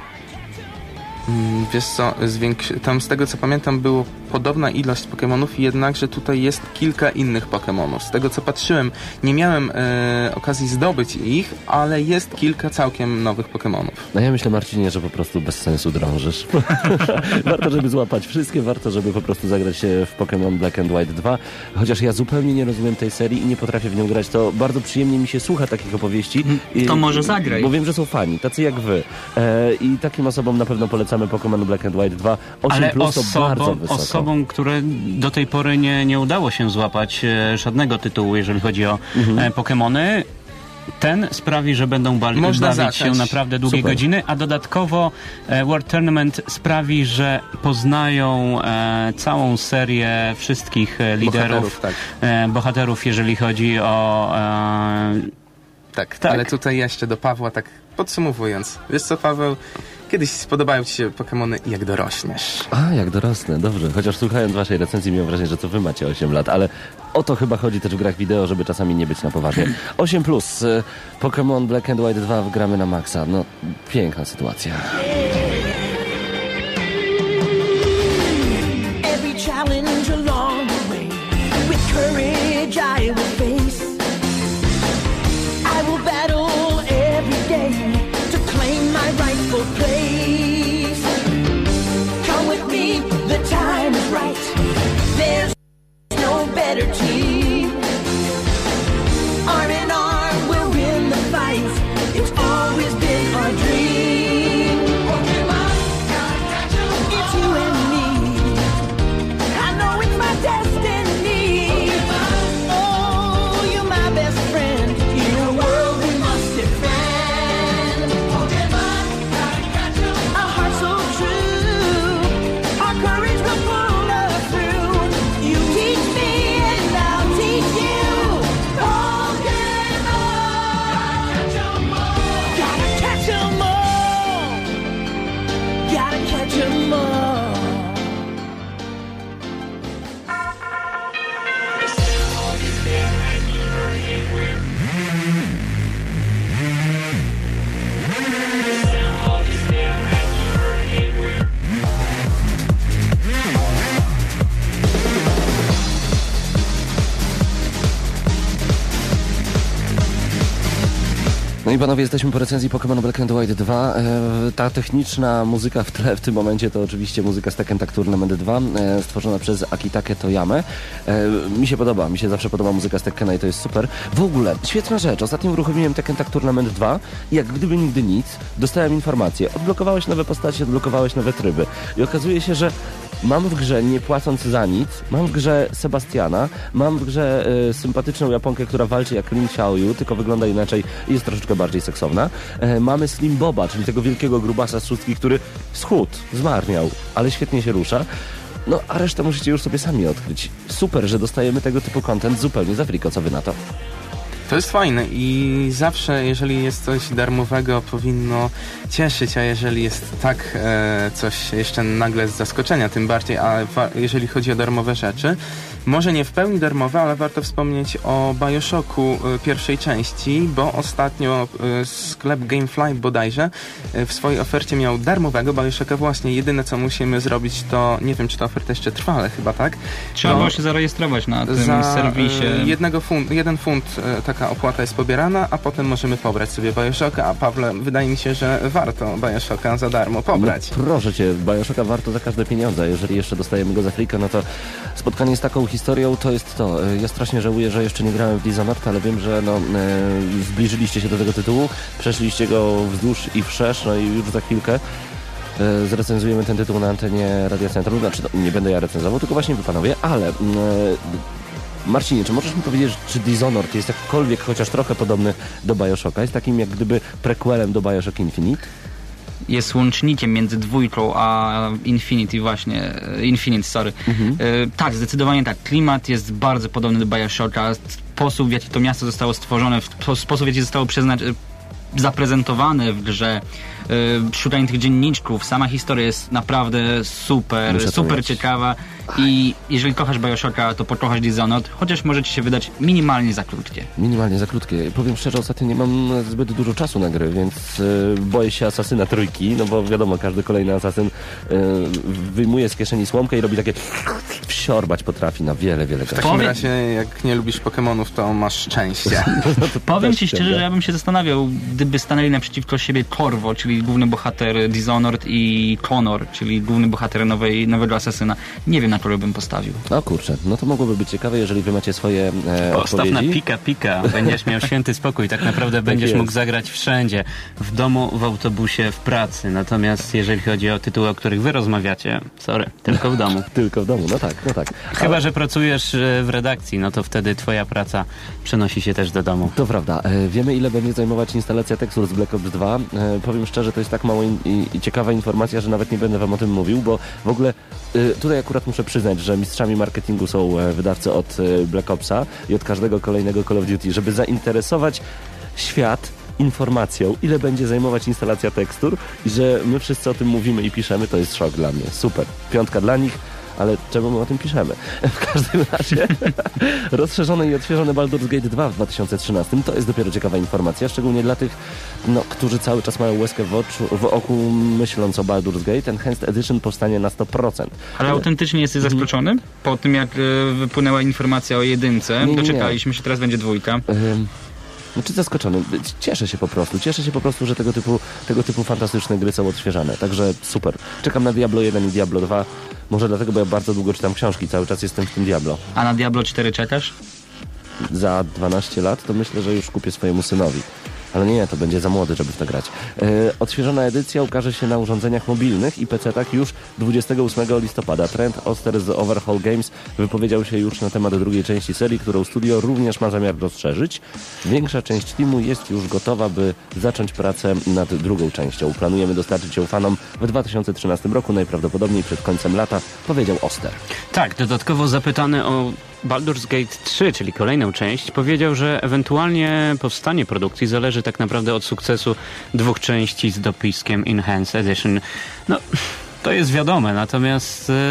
Mm, Wiesz co, zwiększy... tam z tego co pamiętam było podobna ilość Pokemonów, jednakże tutaj jest kilka innych Pokemonów. Z tego co patrzyłem, nie miałem e, okazji zdobyć ich, ale jest kilka całkiem nowych Pokemonów. No ja myślę, Marcinie, że po prostu bez sensu drążysz. Warto, żeby złapać wszystkie, warto, żeby po prostu zagrać się w Pokémon Black and White dwa. Chociaż ja zupełnie nie rozumiem tej serii i nie potrafię w nią grać, to bardzo przyjemnie mi się słucha takich opowieści. I, To może zagraj. Bo wiem, że są fani, tacy jak wy. E, I takim osobom na pewno polecamy Pokémon Black and White dwa. osiem Ale plus to bardzo osobom, wysoko. osobom, które do tej pory nie, nie udało się złapać e, żadnego tytułu, jeżeli chodzi o Mhm. e, Pokemony, ten sprawi, że będą bali, Można bawić zacząć. się naprawdę długie Super. godziny, a dodatkowo e, World Tournament sprawi, że poznają e, całą serię wszystkich e, liderów, Bohaterów, tak. e, bohaterów, jeżeli chodzi o... E, Tak, Tak. ale tutaj jeszcze do Pawła, tak podsumowując. Wiesz co, Paweł? Kiedyś spodobają ci się Pokemony, jak dorośniesz. A, jak dorosnę, dobrze. Chociaż słuchając waszej recenzji miałem wrażenie, że to wy macie osiem lat, ale o to chyba chodzi też w grach wideo, żeby czasami nie być na poważnie. osiem plus, y, Pokémon Black and White dwa gramy na maksa. No, piękna sytuacja. Every challenge along the way, with courage I will face. I will battle every day to claim my rightful place. Come with me, the time is right. There's no better team. Arm in arm, we'll win the fight. It's always been our dream. i panowie, jesteśmy po recenzji Pokémon Black and White dwa. E, ta techniczna muzyka w tle w tym momencie to oczywiście muzyka z Tekken Tag Tournament dwa, e, stworzona przez Akitake Toyamę. E, mi się podoba, mi się zawsze podoba muzyka z Tekkena i to jest super. W ogóle, świetna rzecz. Ostatnio uruchomiłem Tekken Tag Tournament dwa i jak gdyby nigdy nic, dostałem informację. Odblokowałeś nowe postacie, odblokowałeś nowe tryby. I okazuje się, że mam w grze, nie płacąc za nic, mam w grze Sebastiana, mam w grze e, sympatyczną Japonkę, która walczy jak Lin Xiaoyu, tylko wygląda inaczej i jest troszeczkę bardziej seksowna. E, mamy Slim Boba, czyli tego wielkiego grubasa z szóstki, który schudł, zmarniał, ale świetnie się rusza. No, a resztę musicie już sobie sami odkryć. Super, że dostajemy tego typu content zupełnie z Afriko, co wy na to? To jest fajne i zawsze, jeżeli jest coś darmowego, powinno cieszyć, a jeżeli jest tak e, coś jeszcze nagle z zaskoczenia, tym bardziej, a wa- jeżeli chodzi o darmowe rzeczy, może nie w pełni darmowe, ale warto wspomnieć o Bioshocku e, pierwszej części, bo ostatnio e, sklep Gamefly bodajże e, w swojej ofercie miał darmowego Bioshocka właśnie. Jedyne co musimy zrobić to, nie wiem czy ta oferta jeszcze trwa, ale chyba tak. Trzeba to było się zarejestrować na tym za, serwisie. E, jednego funt, jeden funt e, taka opłata jest pobierana, a potem możemy pobrać sobie Bioshocka, a Pawle, wydaje mi się, że warto Bioshocka za darmo pobrać. No, proszę cię, Bioshocka warto za każde pieniądze. Jeżeli jeszcze dostajemy go z Afrika, no to spotkanie z taką historią to jest to. Ja strasznie żałuję, że jeszcze nie grałem w Dishonored, ale wiem, że no, e, zbliżyliście się do tego tytułu, przeszliście go wzdłuż i wszerz, no i już za chwilkę e, zrecenzujemy ten tytuł na antenie Radia Centrum. Znaczy, no, nie będę ja recenzował, tylko właśnie wy panowie, ale... E, Marcinie, czy możesz mi powiedzieć, czy Dishonored jest jakkolwiek chociaż trochę podobny do Bioshocka? Jest takim jak gdyby prequelem do Bioshock Infinite? Jest łącznikiem między dwójką a Infinity właśnie, Infinite, sorry. Mhm. E, tak, zdecydowanie tak. Klimat jest bardzo podobny do Bioshocka. Sposób, w jaki to miasto zostało stworzone, w sposób, w jaki zostało przeznaczone, zaprezentowane w grze, y, szukanie tych dzienniczków, sama historia jest naprawdę super, Muszę super ciekawa i jeżeli kochasz Bioshocka, to pokochasz Dishonored, chociaż może ci się wydać minimalnie za krótkie. Minimalnie za krótkie. Powiem szczerze, ostatnio nie mam zbyt dużo czasu na gry, więc y, boję się Asasyna trójki, no bo wiadomo, każdy kolejny Asasyn y, wyjmuje z kieszeni słomkę i robi takie wsiorbać potrafi na wiele, wiele W takim Powiem- razie, jak nie lubisz Pokemonów, to masz szczęście. no to Powiem też ci szczerze, prawda. że ja bym się zastanawiał, gdyby stanęli naprzeciwko siebie Corvo, czyli główny bohater Dishonored, i Connor, czyli główny bohater nowej, nowego Asasyna. Nie wiem, na kogo bym postawił. O kurczę, no to mogłoby być ciekawe, jeżeli wy macie swoje e, Postaw na odpowiedzi. pika pika, będziesz miał święty spokój, tak naprawdę będziesz jest. mógł zagrać wszędzie, w domu, w autobusie, w pracy. Natomiast jeżeli chodzi o tytuły, o których wy rozmawiacie, sorry, tylko w domu. Tylko w domu, no tak, no tak. Chyba, że pracujesz e, w redakcji, no to wtedy twoja praca przenosi się też do domu. To prawda. E, wiemy, ile będzie zajmować instalacja tekstur z Black Ops dwa. E, powiem szczerze, to jest tak mało in, i, i ciekawa informacja, że nawet nie będę wam o tym mówił, bo w ogóle e, tutaj akurat muszę przyznać, że mistrzami marketingu są e, wydawcy od e, Black Opsa i od każdego kolejnego Call of Duty, żeby zainteresować świat informacją, ile będzie zajmować instalacja tekstur i że my wszyscy o tym mówimy i piszemy, to jest szok dla mnie. Super. Piątka dla nich. Ale czemu my o tym piszemy? W każdym razie rozszerzony i odświeżony Baldur's Gate dwa w dwa tysiące trzynastym to jest dopiero ciekawa informacja, szczególnie dla tych, no, którzy cały czas mają łezkę w, oczu, w oku myśląc o Baldur's Gate. Enhanced Edition powstanie na sto procent. Ale autentycznie jesteś zaskoczony? Po tym, jak y, wypłynęła informacja o jedynce, Nie, nie, nie. doczekaliśmy się, teraz będzie dwójka. Ym, Znaczy zaskoczony. Cieszę się po prostu. Cieszę się po prostu, że tego typu, tego typu fantastyczne gry są odświeżane. Także super. Czekam na Diablo jeden i Diablo dwa. Może dlatego, bo ja bardzo długo czytam książki. Cały czas jestem w tym Diablo. A na Diablo cztery czekasz? Za dwanaście lat to myślę, że już kupię swojemu synowi. Ale nie, to będzie za młody, żeby w to grać. E, odświeżona edycja ukaże się na urządzeniach mobilnych i pecetach już dwudziestego ósmego listopada. Trent Oster z Overhaul Games wypowiedział się już na temat drugiej części serii, którą studio również ma zamiar rozszerzyć. Większa część teamu jest już gotowa, by zacząć pracę nad drugą częścią. Planujemy dostarczyć ją fanom w dwa tysiące trzynastym roku, najprawdopodobniej przed końcem lata, powiedział Oster. Tak, dodatkowo zapytany o Baldur's Gate trzy, czyli kolejną część, powiedział, że ewentualnie powstanie produkcji zależy tak naprawdę od sukcesu dwóch części z dopiskiem Enhanced Edition. No, to jest wiadome, natomiast yy,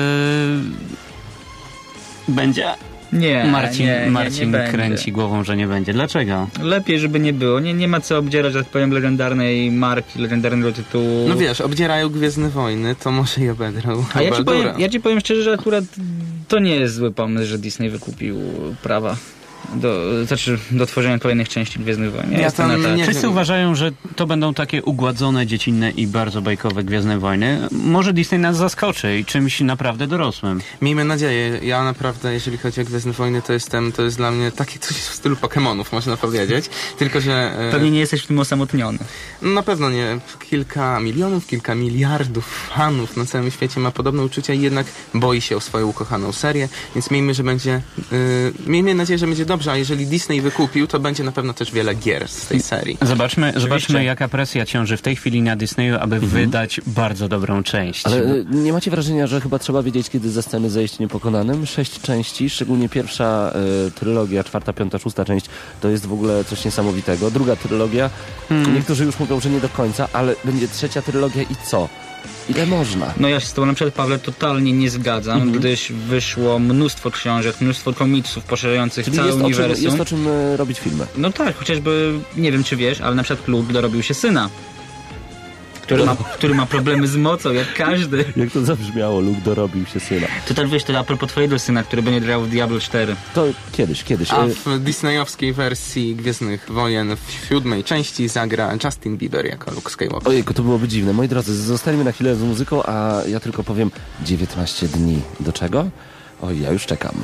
będzie... Nie, Marcin, nie, nie, Marcin nie kręci będzie. głową, że nie będzie. Dlaczego? Lepiej, żeby nie było. Nie, nie ma co obdzierać, że tak powiem, legendarnej marki, legendarnego tytułu. No wiesz, obdzierają Gwiezdne Wojny, to może i obedrą. A ja ci, Baldura. powiem, ja ci powiem szczerze, że akurat to nie jest zły pomysł, że Disney wykupił prawa. do, znaczy do tworzenia kolejnych części Gwiezdnych Wojen. Ja Ja jestem tam na tak. nie- Wszyscy uważają, że to będą takie ugładzone, dziecinne i bardzo bajkowe Gwiezdne Wojny. Może Disney nas zaskoczy i czymś naprawdę dorosłym. Miejmy nadzieję. Ja naprawdę, jeżeli chodzi o Gwiezdne Wojny, to jestem, to jest dla mnie takie coś w stylu Pokemonów, można powiedzieć. Tylko, że... e, Pewnie nie jesteś w tym osamotniony. Na pewno nie. Kilka milionów, kilka miliardów fanów na całym świecie ma podobne uczucia i jednak boi się o swoją ukochaną serię, więc miejmy, że będzie... Yy, miejmy nadzieję, że będzie dobrze, a jeżeli Disney wykupił, to będzie na pewno też wiele gier z tej serii. Zobaczmy, zobaczmy jaka presja ciąży w tej chwili na Disneyu, aby wydać bardzo dobrą część. Ale y, nie macie wrażenia, że chyba trzeba wiedzieć, kiedy ze sceny zejść niepokonanym? Sześć części, szczególnie pierwsza y, trylogia, czwarta, piąta, szósta część, to jest w ogóle coś niesamowitego. Druga trylogia, Hmm. niektórzy już mówią, że nie do końca, ale będzie trzecia trylogia i co? Ile można? No ja się z tobą na przykład, Pawle, totalnie nie zgadzam, gdyż wyszło mnóstwo książek, mnóstwo komiksów poszerzających Czyli całe jest o, czym, uniwersum. jest o czym y, robić filmy. No tak, chociażby, nie wiem czy wiesz, ale na przykład Luke dorobił się syna, który ma, który ma problemy z mocą, jak każdy. Jak to zabrzmiało, Luke dorobił się syna. To tak wiesz, to a propos twojego syna, który będzie grał w Diablo cztery. To kiedyś, kiedyś. A Y, w disneyowskiej wersji Gwiezdnych Wojen w siódmej części zagra Justin Bieber jako Luke Skywalker. Ojejku, to byłoby dziwne. Moi drodzy, zostańmy na chwilę z muzyką, a ja tylko powiem dziewiętnaście dni. Do czego? Oj, ja już czekam.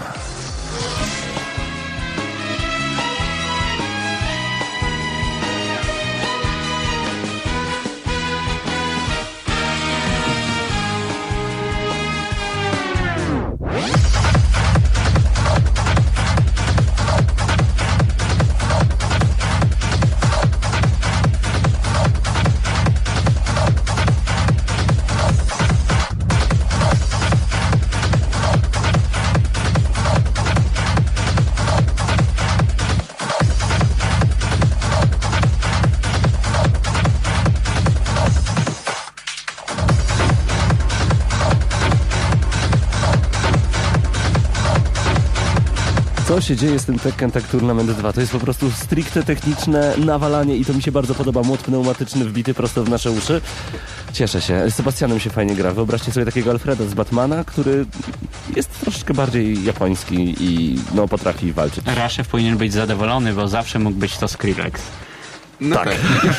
Co się dzieje z tym Tekken Tag Tournament dwa? To jest po prostu stricte techniczne nawalanie i to mi się bardzo podoba. Młot pneumatyczny wbity prosto w nasze uszy. Cieszę się. Z Sebastianem się fajnie gra. Wyobraźcie sobie takiego Alfreda z Batmana, który jest troszeczkę bardziej japoński i no potrafi walczyć. Raszew powinien być zadowolony, bo zawsze mógł być to Skrillex. No tak.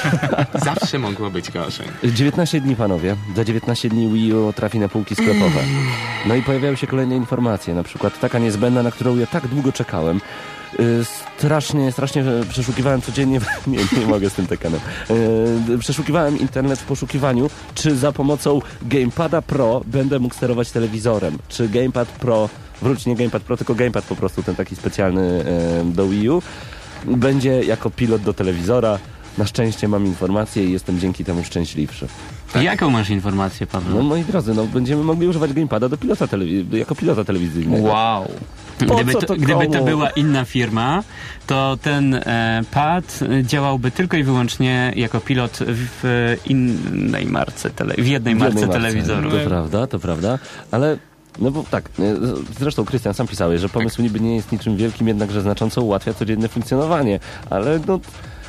Zawsze mogło być gorzej. dziewiętnaście dni, panowie. Za dziewiętnaście dni Wii U trafi na półki sklepowe. No i pojawiają się kolejne informacje, na przykład taka niezbędna, na którą ja tak długo czekałem. Yy, strasznie, strasznie przeszukiwałem codziennie, nie, nie mogę z tym Tekkenem. Yy, przeszukiwałem internet w poszukiwaniu, czy za pomocą Gamepada Pro będę mógł sterować telewizorem. Czy Gamepad Pro, wróć nie Gamepad Pro, tylko Gamepad po prostu, ten taki specjalny yy, do Wii U, będzie jako pilot do telewizora. Na szczęście mam informację i jestem dzięki temu szczęśliwszy. Tak. Jaką masz informację, Paweł? No moi drodzy, no będziemy mogli używać Gamepada do pilota telewi- jako pilota telewizyjnego. Wow. Po Gdyby co to, to gdyby to komu? była inna firma, to ten e, pad działałby tylko i wyłącznie jako pilot w innej marce, tele, w jednej W marce jednej marce. telewizoru. To prawda, to prawda, ale no bo tak, zresztą Krystian sam pisałeś, że pomysł niby nie jest niczym wielkim, jednakże znacząco ułatwia codzienne funkcjonowanie, ale no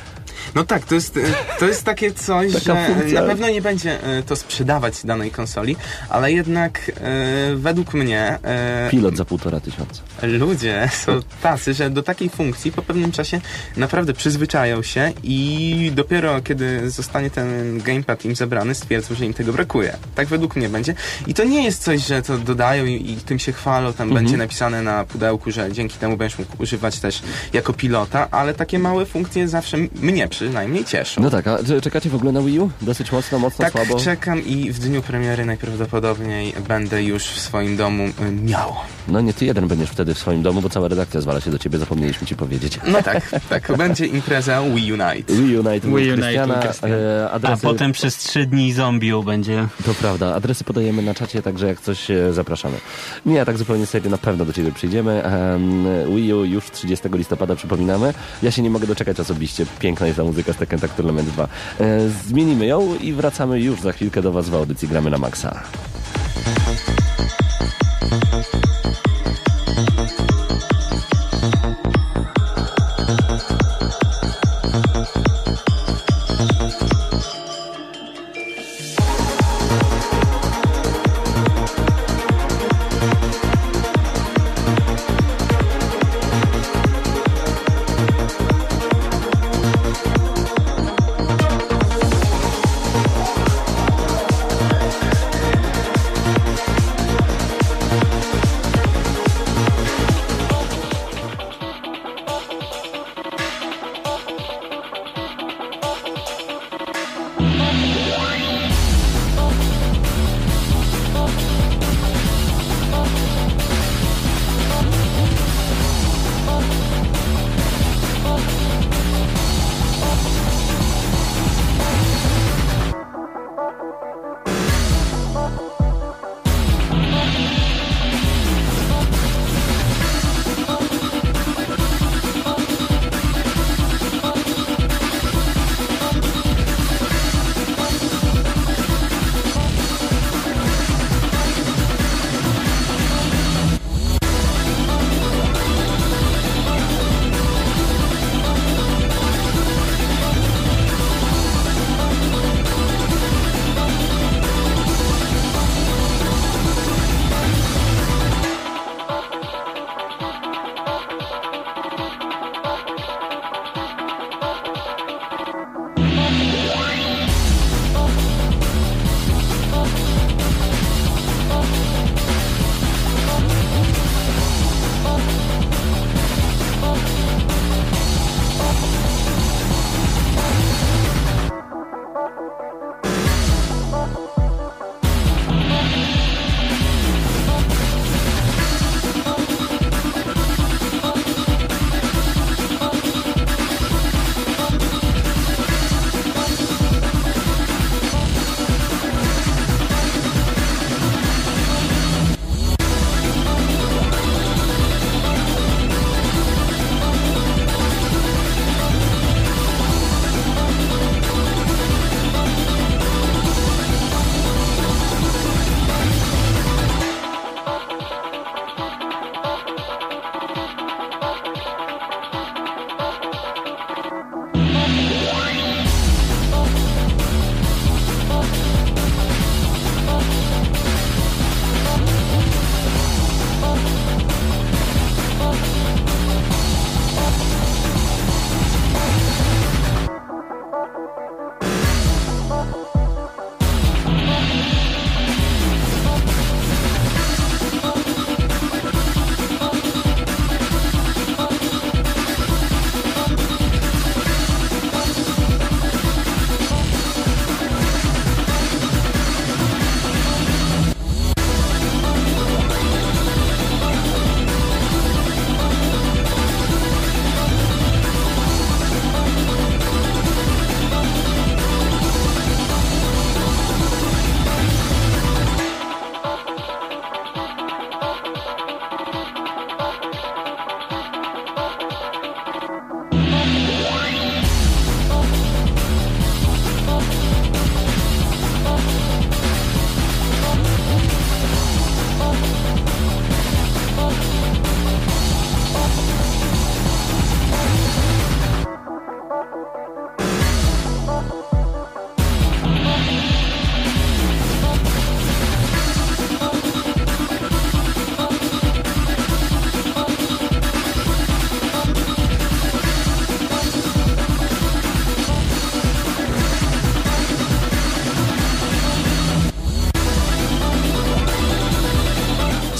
No tak, to jest, to jest takie coś, Taka że funkcja. na pewno nie będzie e, to sprzedawać danej konsoli, ale jednak e, według mnie e, pilot za półtora tysiąca. ludzie są tacy, że do takiej funkcji po pewnym czasie naprawdę przyzwyczają się i dopiero kiedy zostanie ten gamepad im zabrany, stwierdzą, że im tego brakuje. Tak według mnie będzie. I to nie jest coś, że to dodają i, i tym się chwalą, tam Mhm. będzie napisane na pudełku, że dzięki temu będziesz mógł używać też jako pilota, ale takie małe funkcje zawsze m- mnie przynajmniej cieszą. No tak, a czy czekacie w ogóle na Wii U? Dosyć mocno, mocno, Tak, słabo? czekam i w dniu premiery najprawdopodobniej będę już w swoim domu y, miał. No nie ty jeden będziesz wtedy w swoim domu, bo cała redakcja zwala się do ciebie, zapomnieliśmy ci powiedzieć. No tak, tak, będzie impreza Wii Unite. Wii Unite u Wii Unite u Krystiana, Krystiana. e, A adresy... potem przez trzy dni zombiu będzie. To prawda, adresy podajemy na czacie, także jak coś e, zapraszamy. Nie, a tak zupełnie serio, na pewno do ciebie przyjdziemy. Um, Wii U już trzydziestego listopada, przypominamy. Ja się nie mogę doczekać osobiście. Piękna jest ta muzyka z Tekken Tag Tournament dwa. E, zmienimy ją i wracamy już za chwilkę do was w audycji Gramy na Maxa.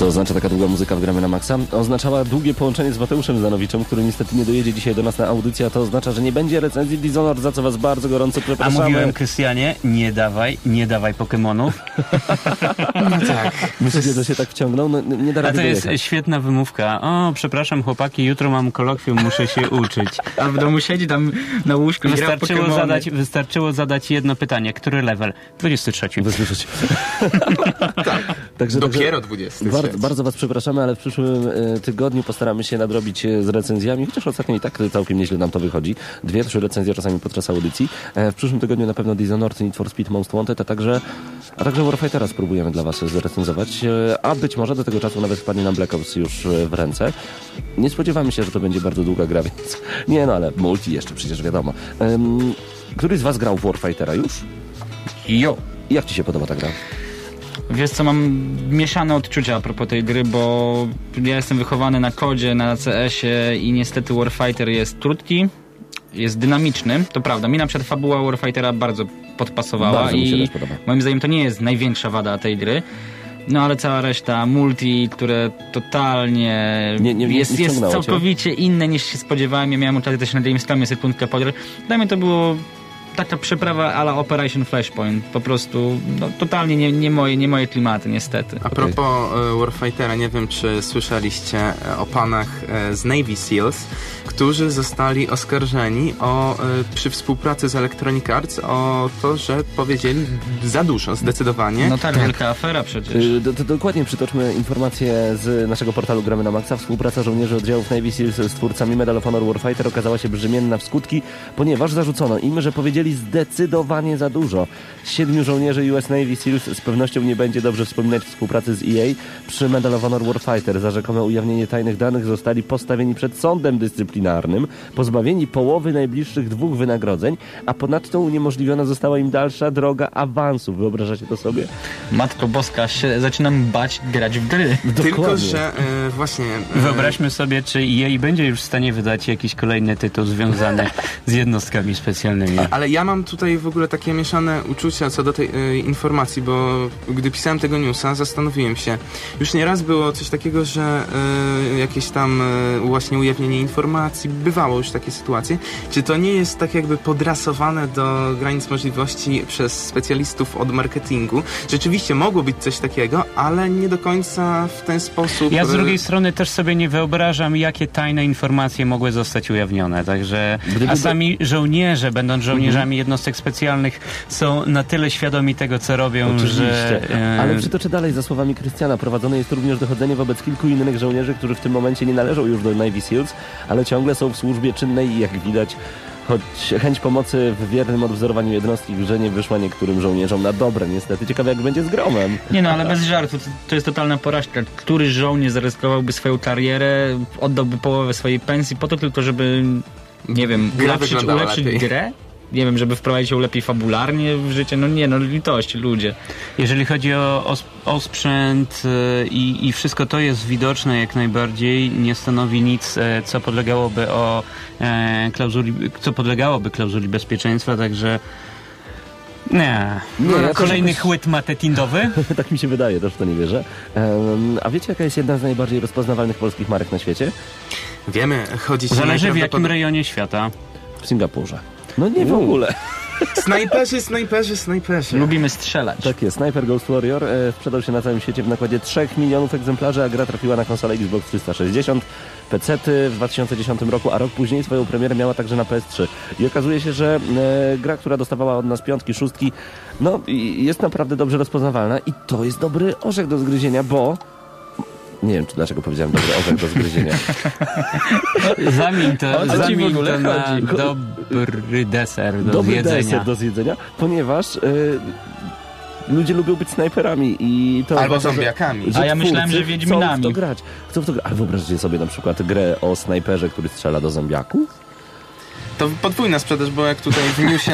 Co oznacza taka długa muzyka w Gramy na Maxa? Oznaczała długie połączenie z Mateuszem Zdanowiczem, który niestety nie dojedzie dzisiaj do nas na audycję, a to oznacza, że nie będzie recenzji Dishonored, za co was bardzo gorąco przepraszamy. A mówiłem, Krystianie, nie dawaj, nie dawaj Pokemonów. No tak. Myślicie, że się tak wciągnął? No, nie da A rady to jest dojechać. świetna wymówka. O, przepraszam chłopaki, jutro mam kolokwium, muszę się uczyć. A w domu siedzi tam na łóżku i gra w Wystarczyło Pokemony. zadać, wystarczyło zadać jedno pytanie. Który level? dwudziesty trzeci. Wysłyszeć. Także, Dopiero dwudziesty. Bardzo, bardzo was przepraszamy, ale w przyszłym e, tygodniu postaramy się nadrobić e, z recenzjami, chociaż ostatnio i tak całkiem nieźle nam to wychodzi. Dwie, trzy recenzje czasami podczas audycji. E, w przyszłym tygodniu na pewno Dishonored, Need for Speed Most Wanted, a także, a także Warfightera spróbujemy dla was zrecenzować. E, a być może do tego czasu nawet wpadnie nam Black Ops już e, w ręce. Nie spodziewamy się, że to będzie bardzo długa gra, więc nie no, ale multi jeszcze przecież wiadomo. Um, któryś z was grał w Warfightera już? Jo. Jak ci się podoba ta gra? Wiesz co, mam mieszane odczucia a propos tej gry, bo ja jestem wychowany na kodzie, na C S-ie i niestety Warfighter jest krótki, jest dynamiczny, to prawda. Mi na przykład fabuła Warfightera bardzo podpasowała Bardzo mi się i też podoba. moim zdaniem to nie jest największa wada tej gry. No ale cała reszta multi, które totalnie Nie- nie- nie jest, jest wciągnęło cię? całkowicie inne niż się spodziewałem. Ja miałem okazję też na Gamescomie sekundkę pograć. Dla mnie to było taka przeprawa a la Operation Flashpoint. Po prostu no, totalnie nie, nie, moje, nie moje klimaty, niestety. A propos e, Warfightera, nie wiem, czy słyszeliście e, o panach e, z Navy Seals, którzy zostali oskarżeni o, e, przy współpracy z Electronic Arts o to, że powiedzieli za dużo, zdecydowanie. No tak, wielka afera przecież. Y, do, do, dokładnie przytoczmy informacje z naszego portalu Gramy na Maxa. Współpraca żołnierzy oddziałów Navy Seals z twórcami Medal of Honor Warfighter okazała się brzemienna w skutki, ponieważ zarzucono im, że powiedzieli zdecydowanie za dużo. Siedmiu żołnierzy U S Navy Seals z pewnością nie będzie dobrze wspominać współpracy z E A przy Medal of Honor Warfighter. Za rzekome ujawnienie tajnych danych zostali postawieni przed sądem dyscyplinarnym, pozbawieni połowy najbliższych dwóch wynagrodzeń, a ponadto uniemożliwiona została im dalsza droga awansu. Wyobrażacie to sobie? Matko Boska, się zaczynam bać grać w gry. Tylko, że e, właśnie... E, Wyobraźmy sobie, czy E A będzie już w stanie wydać jakiś kolejny tytuł związany z jednostkami specjalnymi. Ale ja mam tutaj w ogóle takie mieszane uczucia co do tej e, informacji, bo gdy pisałem tego newsa, zastanowiłem się. Już nieraz było coś takiego, że e, jakieś tam e, właśnie ujawnienie informacji, bywało już takie sytuacje. Czy to nie jest tak jakby podrasowane do granic możliwości przez specjalistów od marketingu? Rzeczywiście mogło być coś takiego, ale nie do końca w ten sposób. Ja z e, drugiej strony też sobie nie wyobrażam, jakie tajne informacje mogły zostać ujawnione. Także Gdyby a to- sami żołnierze, będąc żołnierzami jednostek specjalnych, są na tyle świadomi tego, co robią, Oczywiście. że... e, Ale przytoczę dalej za słowami Krystiana. Prowadzone jest również dochodzenie wobec kilku innych żołnierzy, którzy w tym momencie nie należą już do Navy Seals, ale ciągle są w służbie czynnej i jak widać, choć chęć pomocy w wiernym odwzorowaniu jednostki w grze nie wyszła niektórym żołnierzom na dobre. Niestety ciekawe jak będzie z Gromem. Nie no, ale bez żartu, to, to jest totalna porażka. Który żołnierz zaryskowałby swoją karierę, oddałby połowę swojej pensji po to tylko, żeby, nie wiem, Gra ulepszyć, wyglądała ulepszyć lepiej. grę? Nie wiem, żeby wprowadzić ją lepiej fabularnie w życie? No nie, no litość, ludzie. Jeżeli chodzi o, o, sp- o sprzęt y, i, i wszystko to jest widoczne jak najbardziej, nie stanowi nic, e, co podlegałoby o e, klauzuli, co podlegałoby klauzuli bezpieczeństwa, także nie. Nie, ja też Kolejny jakoś- chłyt marketingowy? Tak mi się wydaje, też w to nie wierzę. Um, a wiecie jaka jest jedna z najbardziej rozpoznawalnych polskich marek na świecie? Wiemy, chodzi się Zależy w jakim najprawdopodobniej- rejonie świata. W Singapurze. No nie w ogóle. Snajperzy, snajperzy, snajperzy. Lubimy strzelać. Tak jest. Sniper Ghost Warrior e, sprzedał się na całym świecie w nakładzie trzech milionów egzemplarzy, a gra trafiła na konsolę Xbox trzysta sześćdziesiąt, pecety w dwa tysiące dziesiątym roku, a rok później swoją premierę miała także na P S trzy. I okazuje się, że e, gra, która dostawała od nas piątki, szóstki, no i jest naprawdę dobrze rozpoznawalna i to jest dobry orzech do zgryzienia, bo... Nie wiem, czy dlaczego powiedziałem dobry orzech do zgryzienia. Zamień to, O co ci w zamień ogóle to na chodzi? dobry deser do Dobry zjedzenia. deser do zjedzenia, ponieważ... E, ludzie lubią być snajperami i to... Albo uważam, że- zombiakami. że A ja myślałem, twórcy że Wiedźminami. Chcą w to grać. Chcą w to grać. Ale wyobraźcie sobie na przykład grę o snajperze, który strzela do zombiaków. To podwójna sprzedaż, bo jak tutaj w newsie...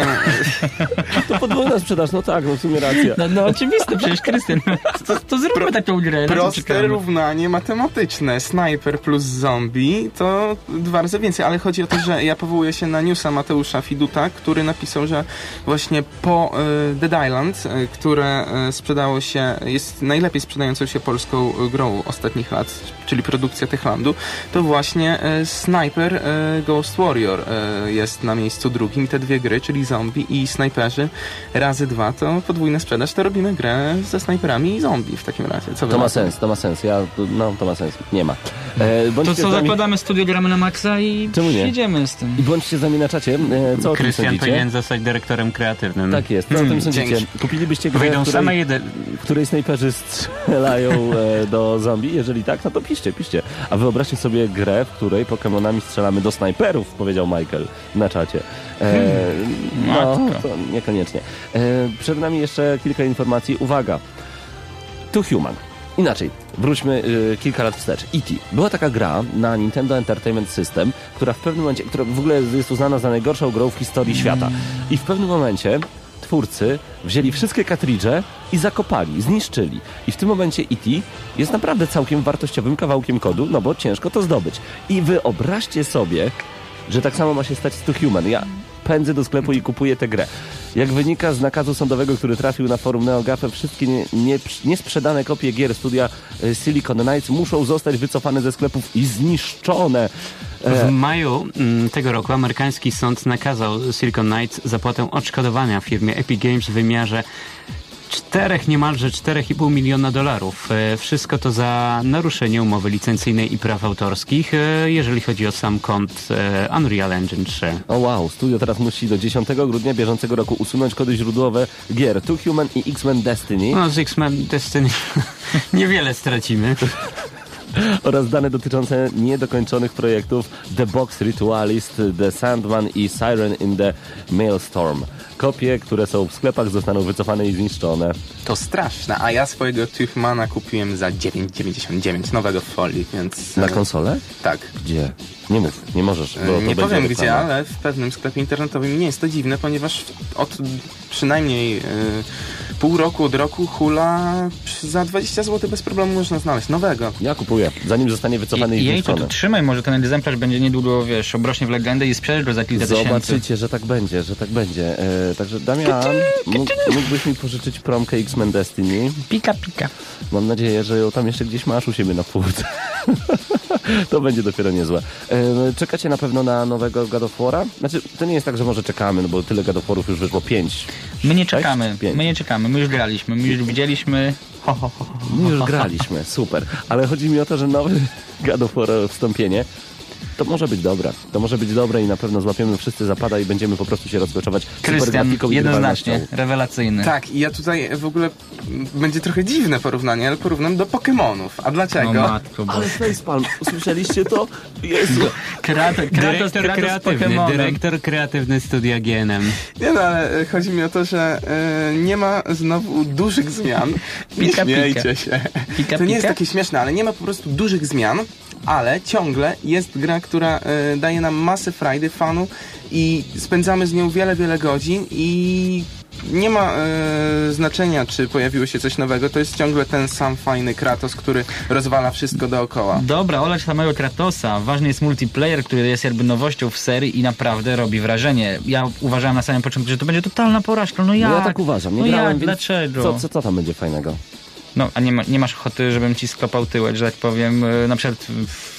To podwójna sprzedaż, no tak, no w sumie racja. No, no oczywiste, przecież Krystian. To, to zróbmy Pro, taką grę. Proste równanie matematyczne. Snajper plus zombie to dwa razy więcej, ale chodzi o to, że ja powołuję się na newsa Mateusza Fiduta, który napisał, że właśnie po y, Dead Island, y, które y, sprzedało się, jest najlepiej sprzedającą się polską grą ostatnich lat, czyli produkcja Techlandu, to właśnie y, Sniper y, Ghost Warrior y, jest na miejscu drugim i te dwie gry, czyli zombie i snajperzy razy dwa, to podwójna sprzedaż, to robimy grę ze snajperami i zombie w takim razie. Co to ma sens, to ma sens. Ja, no, to ma sens. Nie ma. E, to co, nami... zakładamy studio, gramy na maksa i jedziemy z tym. I bądźcie z nami na czacie. E, co o Krystian tym sądzicie? powinien zostać dyrektorem kreatywnym. Tak jest. Co hmm, o tym sądzicie? Dzięki. Kupilibyście grę, w której, jedy... w której snajperzy strzelają e, do zombie? Jeżeli tak, no to piszcie, piszcie. A wyobraźcie sobie grę, w której Pokemonami strzelamy do snajperów, powiedział Michael na czacie. E, no, to niekoniecznie. E, przed nami jeszcze kilka informacji. Uwaga. To Human. Inaczej, wróćmy y, kilka lat wstecz. E T Była taka gra na Nintendo Entertainment System, która w pewnym momencie, która w ogóle jest uznana za najgorszą grą w historii świata. I w pewnym momencie twórcy wzięli wszystkie kartridże i zakopali, zniszczyli. I w tym momencie E T jest naprawdę całkiem wartościowym kawałkiem kodu, no bo ciężko to zdobyć. I wyobraźcie sobie, że tak samo ma się stać z To Human. Ja pędzę do sklepu i kupuję tę grę. Jak wynika z nakazu sądowego, który trafił na forum NeoGAF, wszystkie nie, nie, niesprzedane kopie gier studia Silicon Knights muszą zostać wycofane ze sklepów i zniszczone. W maju tego roku amerykański sąd nakazał Silicon Knights zapłatę odszkodowania firmie Epic Games w wymiarze czterech, niemalże czterech i pół miliona dolarów. Wszystko to za naruszenie umowy licencyjnej i praw autorskich, jeżeli chodzi o sam kod Unreal Engine trzy. O wow, studio teraz musi do dziesiątego grudnia bieżącego roku usunąć kody źródłowe gier To Human i X-Men Destiny. No z X-Men Destiny niewiele stracimy. Oraz dane dotyczące niedokończonych projektów The Box Ritualist, The Sandman i Siren in the Maelstrom. Kopie, które są w sklepach, zostaną wycofane i zniszczone. To straszne, a ja swojego To Humana kupiłem za dziewięć dziewięćdziesiąt dziewięć nowego w folii, więc... Na konsolę? Tak. Gdzie? Nie mów, nie możesz. Bo nie powiem reklama. Gdzie, ale w pewnym sklepie internetowym. Nie jest to dziwne, ponieważ od przynajmniej yy, pół roku od roku hula za dwadzieścia złotych bez problemu można znaleźć nowego. Ja kupuję, zanim zostanie wycofany i, i zniszczony. Jej, to trzymaj, może ten egzemplarz będzie niedługo, wiesz, obrośnie w legendę i sprzedać go za kilka tysięcy. Zobaczycie, że tak będzie, że tak będzie. E, także Damian, mógł, mógłbyś mi pożyczyć promkę X-Men Destiny? Pika, pika. Mam nadzieję, że ją tam jeszcze gdzieś masz u siebie na półce. To będzie dopiero niezłe. E, czekacie na pewno na nowego God of War'a? Znaczy, to nie jest tak, że może czekamy, no bo tyle God of War'ów już wyszło, pięć. My nie czekamy, my nie czekamy, my już graliśmy, my już widzieliśmy... Ho, ho, ho, ho, my już graliśmy, super. Ale chodzi mi o to, że nowy God of War wstąpienie to może być dobre. To może być dobre i na pewno złapiemy wszyscy zapada i będziemy po prostu się rozkoczować super grafiką i jednoznacznie, rewelacyjny. Tak, i ja tutaj w ogóle będzie trochę dziwne porównanie, ale porównam do Pokemonów. A dlaczego? No matko, bo... Ale Facepalm, usłyszeliście to? Jezu. Kreator, dyrektor Kratos kreatywny, dyrektor kreatywny studia G N M. Nie no, ale chodzi mi o to, że y, nie ma znowu dużych zmian. Nie pika, śmiejcie pika. się. Pika, to nie pika? jest takie śmieszne, ale nie ma po prostu dużych zmian, ale ciągle jest gra, która y, daje nam masę frajdy, fanu i spędzamy z nią wiele, wiele godzin i nie ma y, znaczenia, czy pojawiło się coś nowego, to jest ciągle ten sam fajny Kratos, który rozwala wszystko dookoła. Dobra, olać samego Kratosa. Ważny jest multiplayer, który jest jakby nowością w serii i naprawdę robi wrażenie. Ja uważałem na samym początku, że to będzie totalna porażka. No jak? No ja tak uważam, nie no grałem, jak? więc Dlaczego? Co, co, co tam będzie fajnego? No, a nie, ma, nie masz ochoty, żebym ci sklopał tyłek, że tak powiem, na przykład...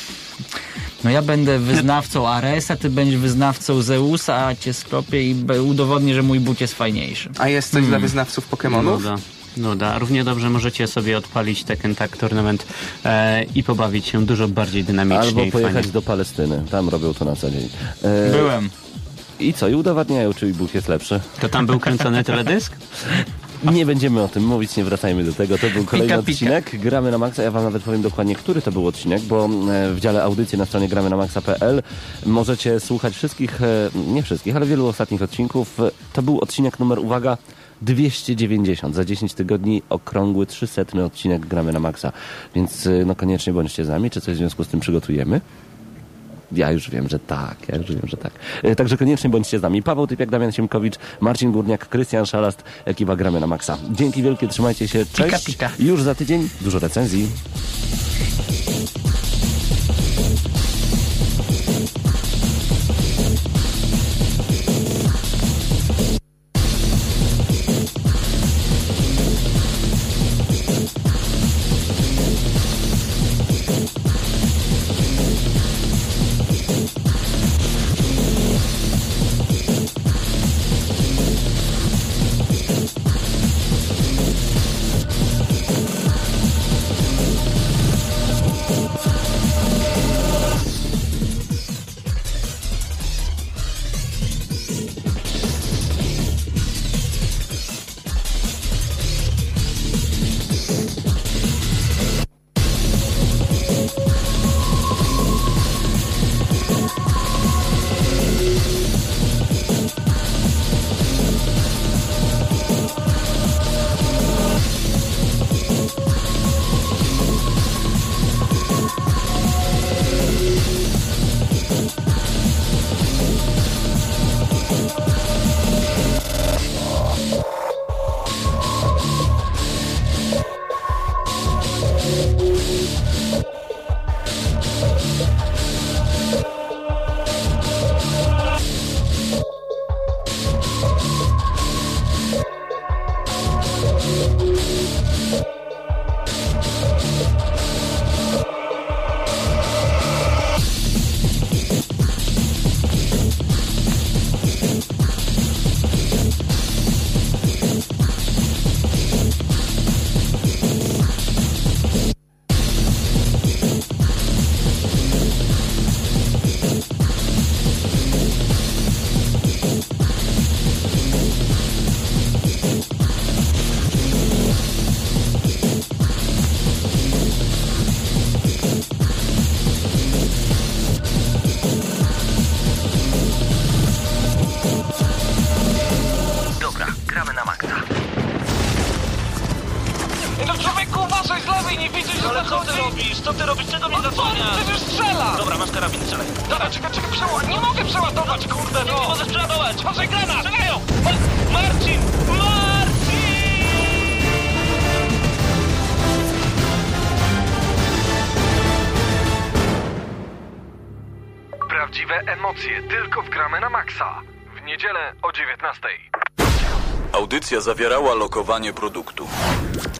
No ja będę wyznawcą Aresa, ty będziesz wyznawcą Zeusa, a cię sklopię i udowodnię, że mój but jest fajniejszy. A jest coś hmm. dla wyznawców Pokemonów? Nuda. Nuda. Równie dobrze możecie sobie odpalić Tekken Tag Tournament e, i pobawić się dużo bardziej dynamicznie. Albo i pojechać fajnie. do Palestyny. Tam robią to na co dzień. E, Byłem. I co? I udowadniają, czy Bóg jest lepszy. To tam był kręcony teledysk? Nie będziemy o tym mówić, nie wracajmy do tego. To był kolejny pika, odcinek. pika. Gramy na Maxa. Ja wam nawet powiem dokładnie, który to był odcinek, bo w dziale audycji na stronie gramy na maxa kropka p l możecie słuchać wszystkich, nie wszystkich, ale wielu ostatnich odcinków. To był odcinek numer, uwaga, dwieście dziewięćdziesiąt. Za dziesięć tygodni okrągły trzysetny odcinek gramy na Maxa. Więc no koniecznie bądźcie z nami. Czy coś w związku z tym przygotujemy? Ja już wiem, że tak, ja już wiem, że tak. E, Także koniecznie bądźcie z nami. Paweł Typiak, Damian Siemkowicz, Marcin Górniak, Krystian Szalast, ekipa Gramy na Maxa. Dzięki wielkie, trzymajcie się, cześć. Pika, pika. Już za tydzień dużo recenzji. Dobra, gramy na maksa. No człowieku, uważaj z lewej, nie widzisz, że Ale co ty zachodzi? robisz? Co ty robisz? Czego mnie No co, zasłaniasz? przecież strzela! Dobra, masz karabin, strzelaj. Dobra, czekaj, czekaj, przeładuj. Nie mogę przeładować, kurde, Nie no! możesz przeładować! Uważaj, granat! Strzelają! Ma- Marcin! Marcin! Prawdziwe emocje tylko w Gramy na Maxa. W niedzielę o dziewiętnastej. Audycja zawierała lokowanie produktu.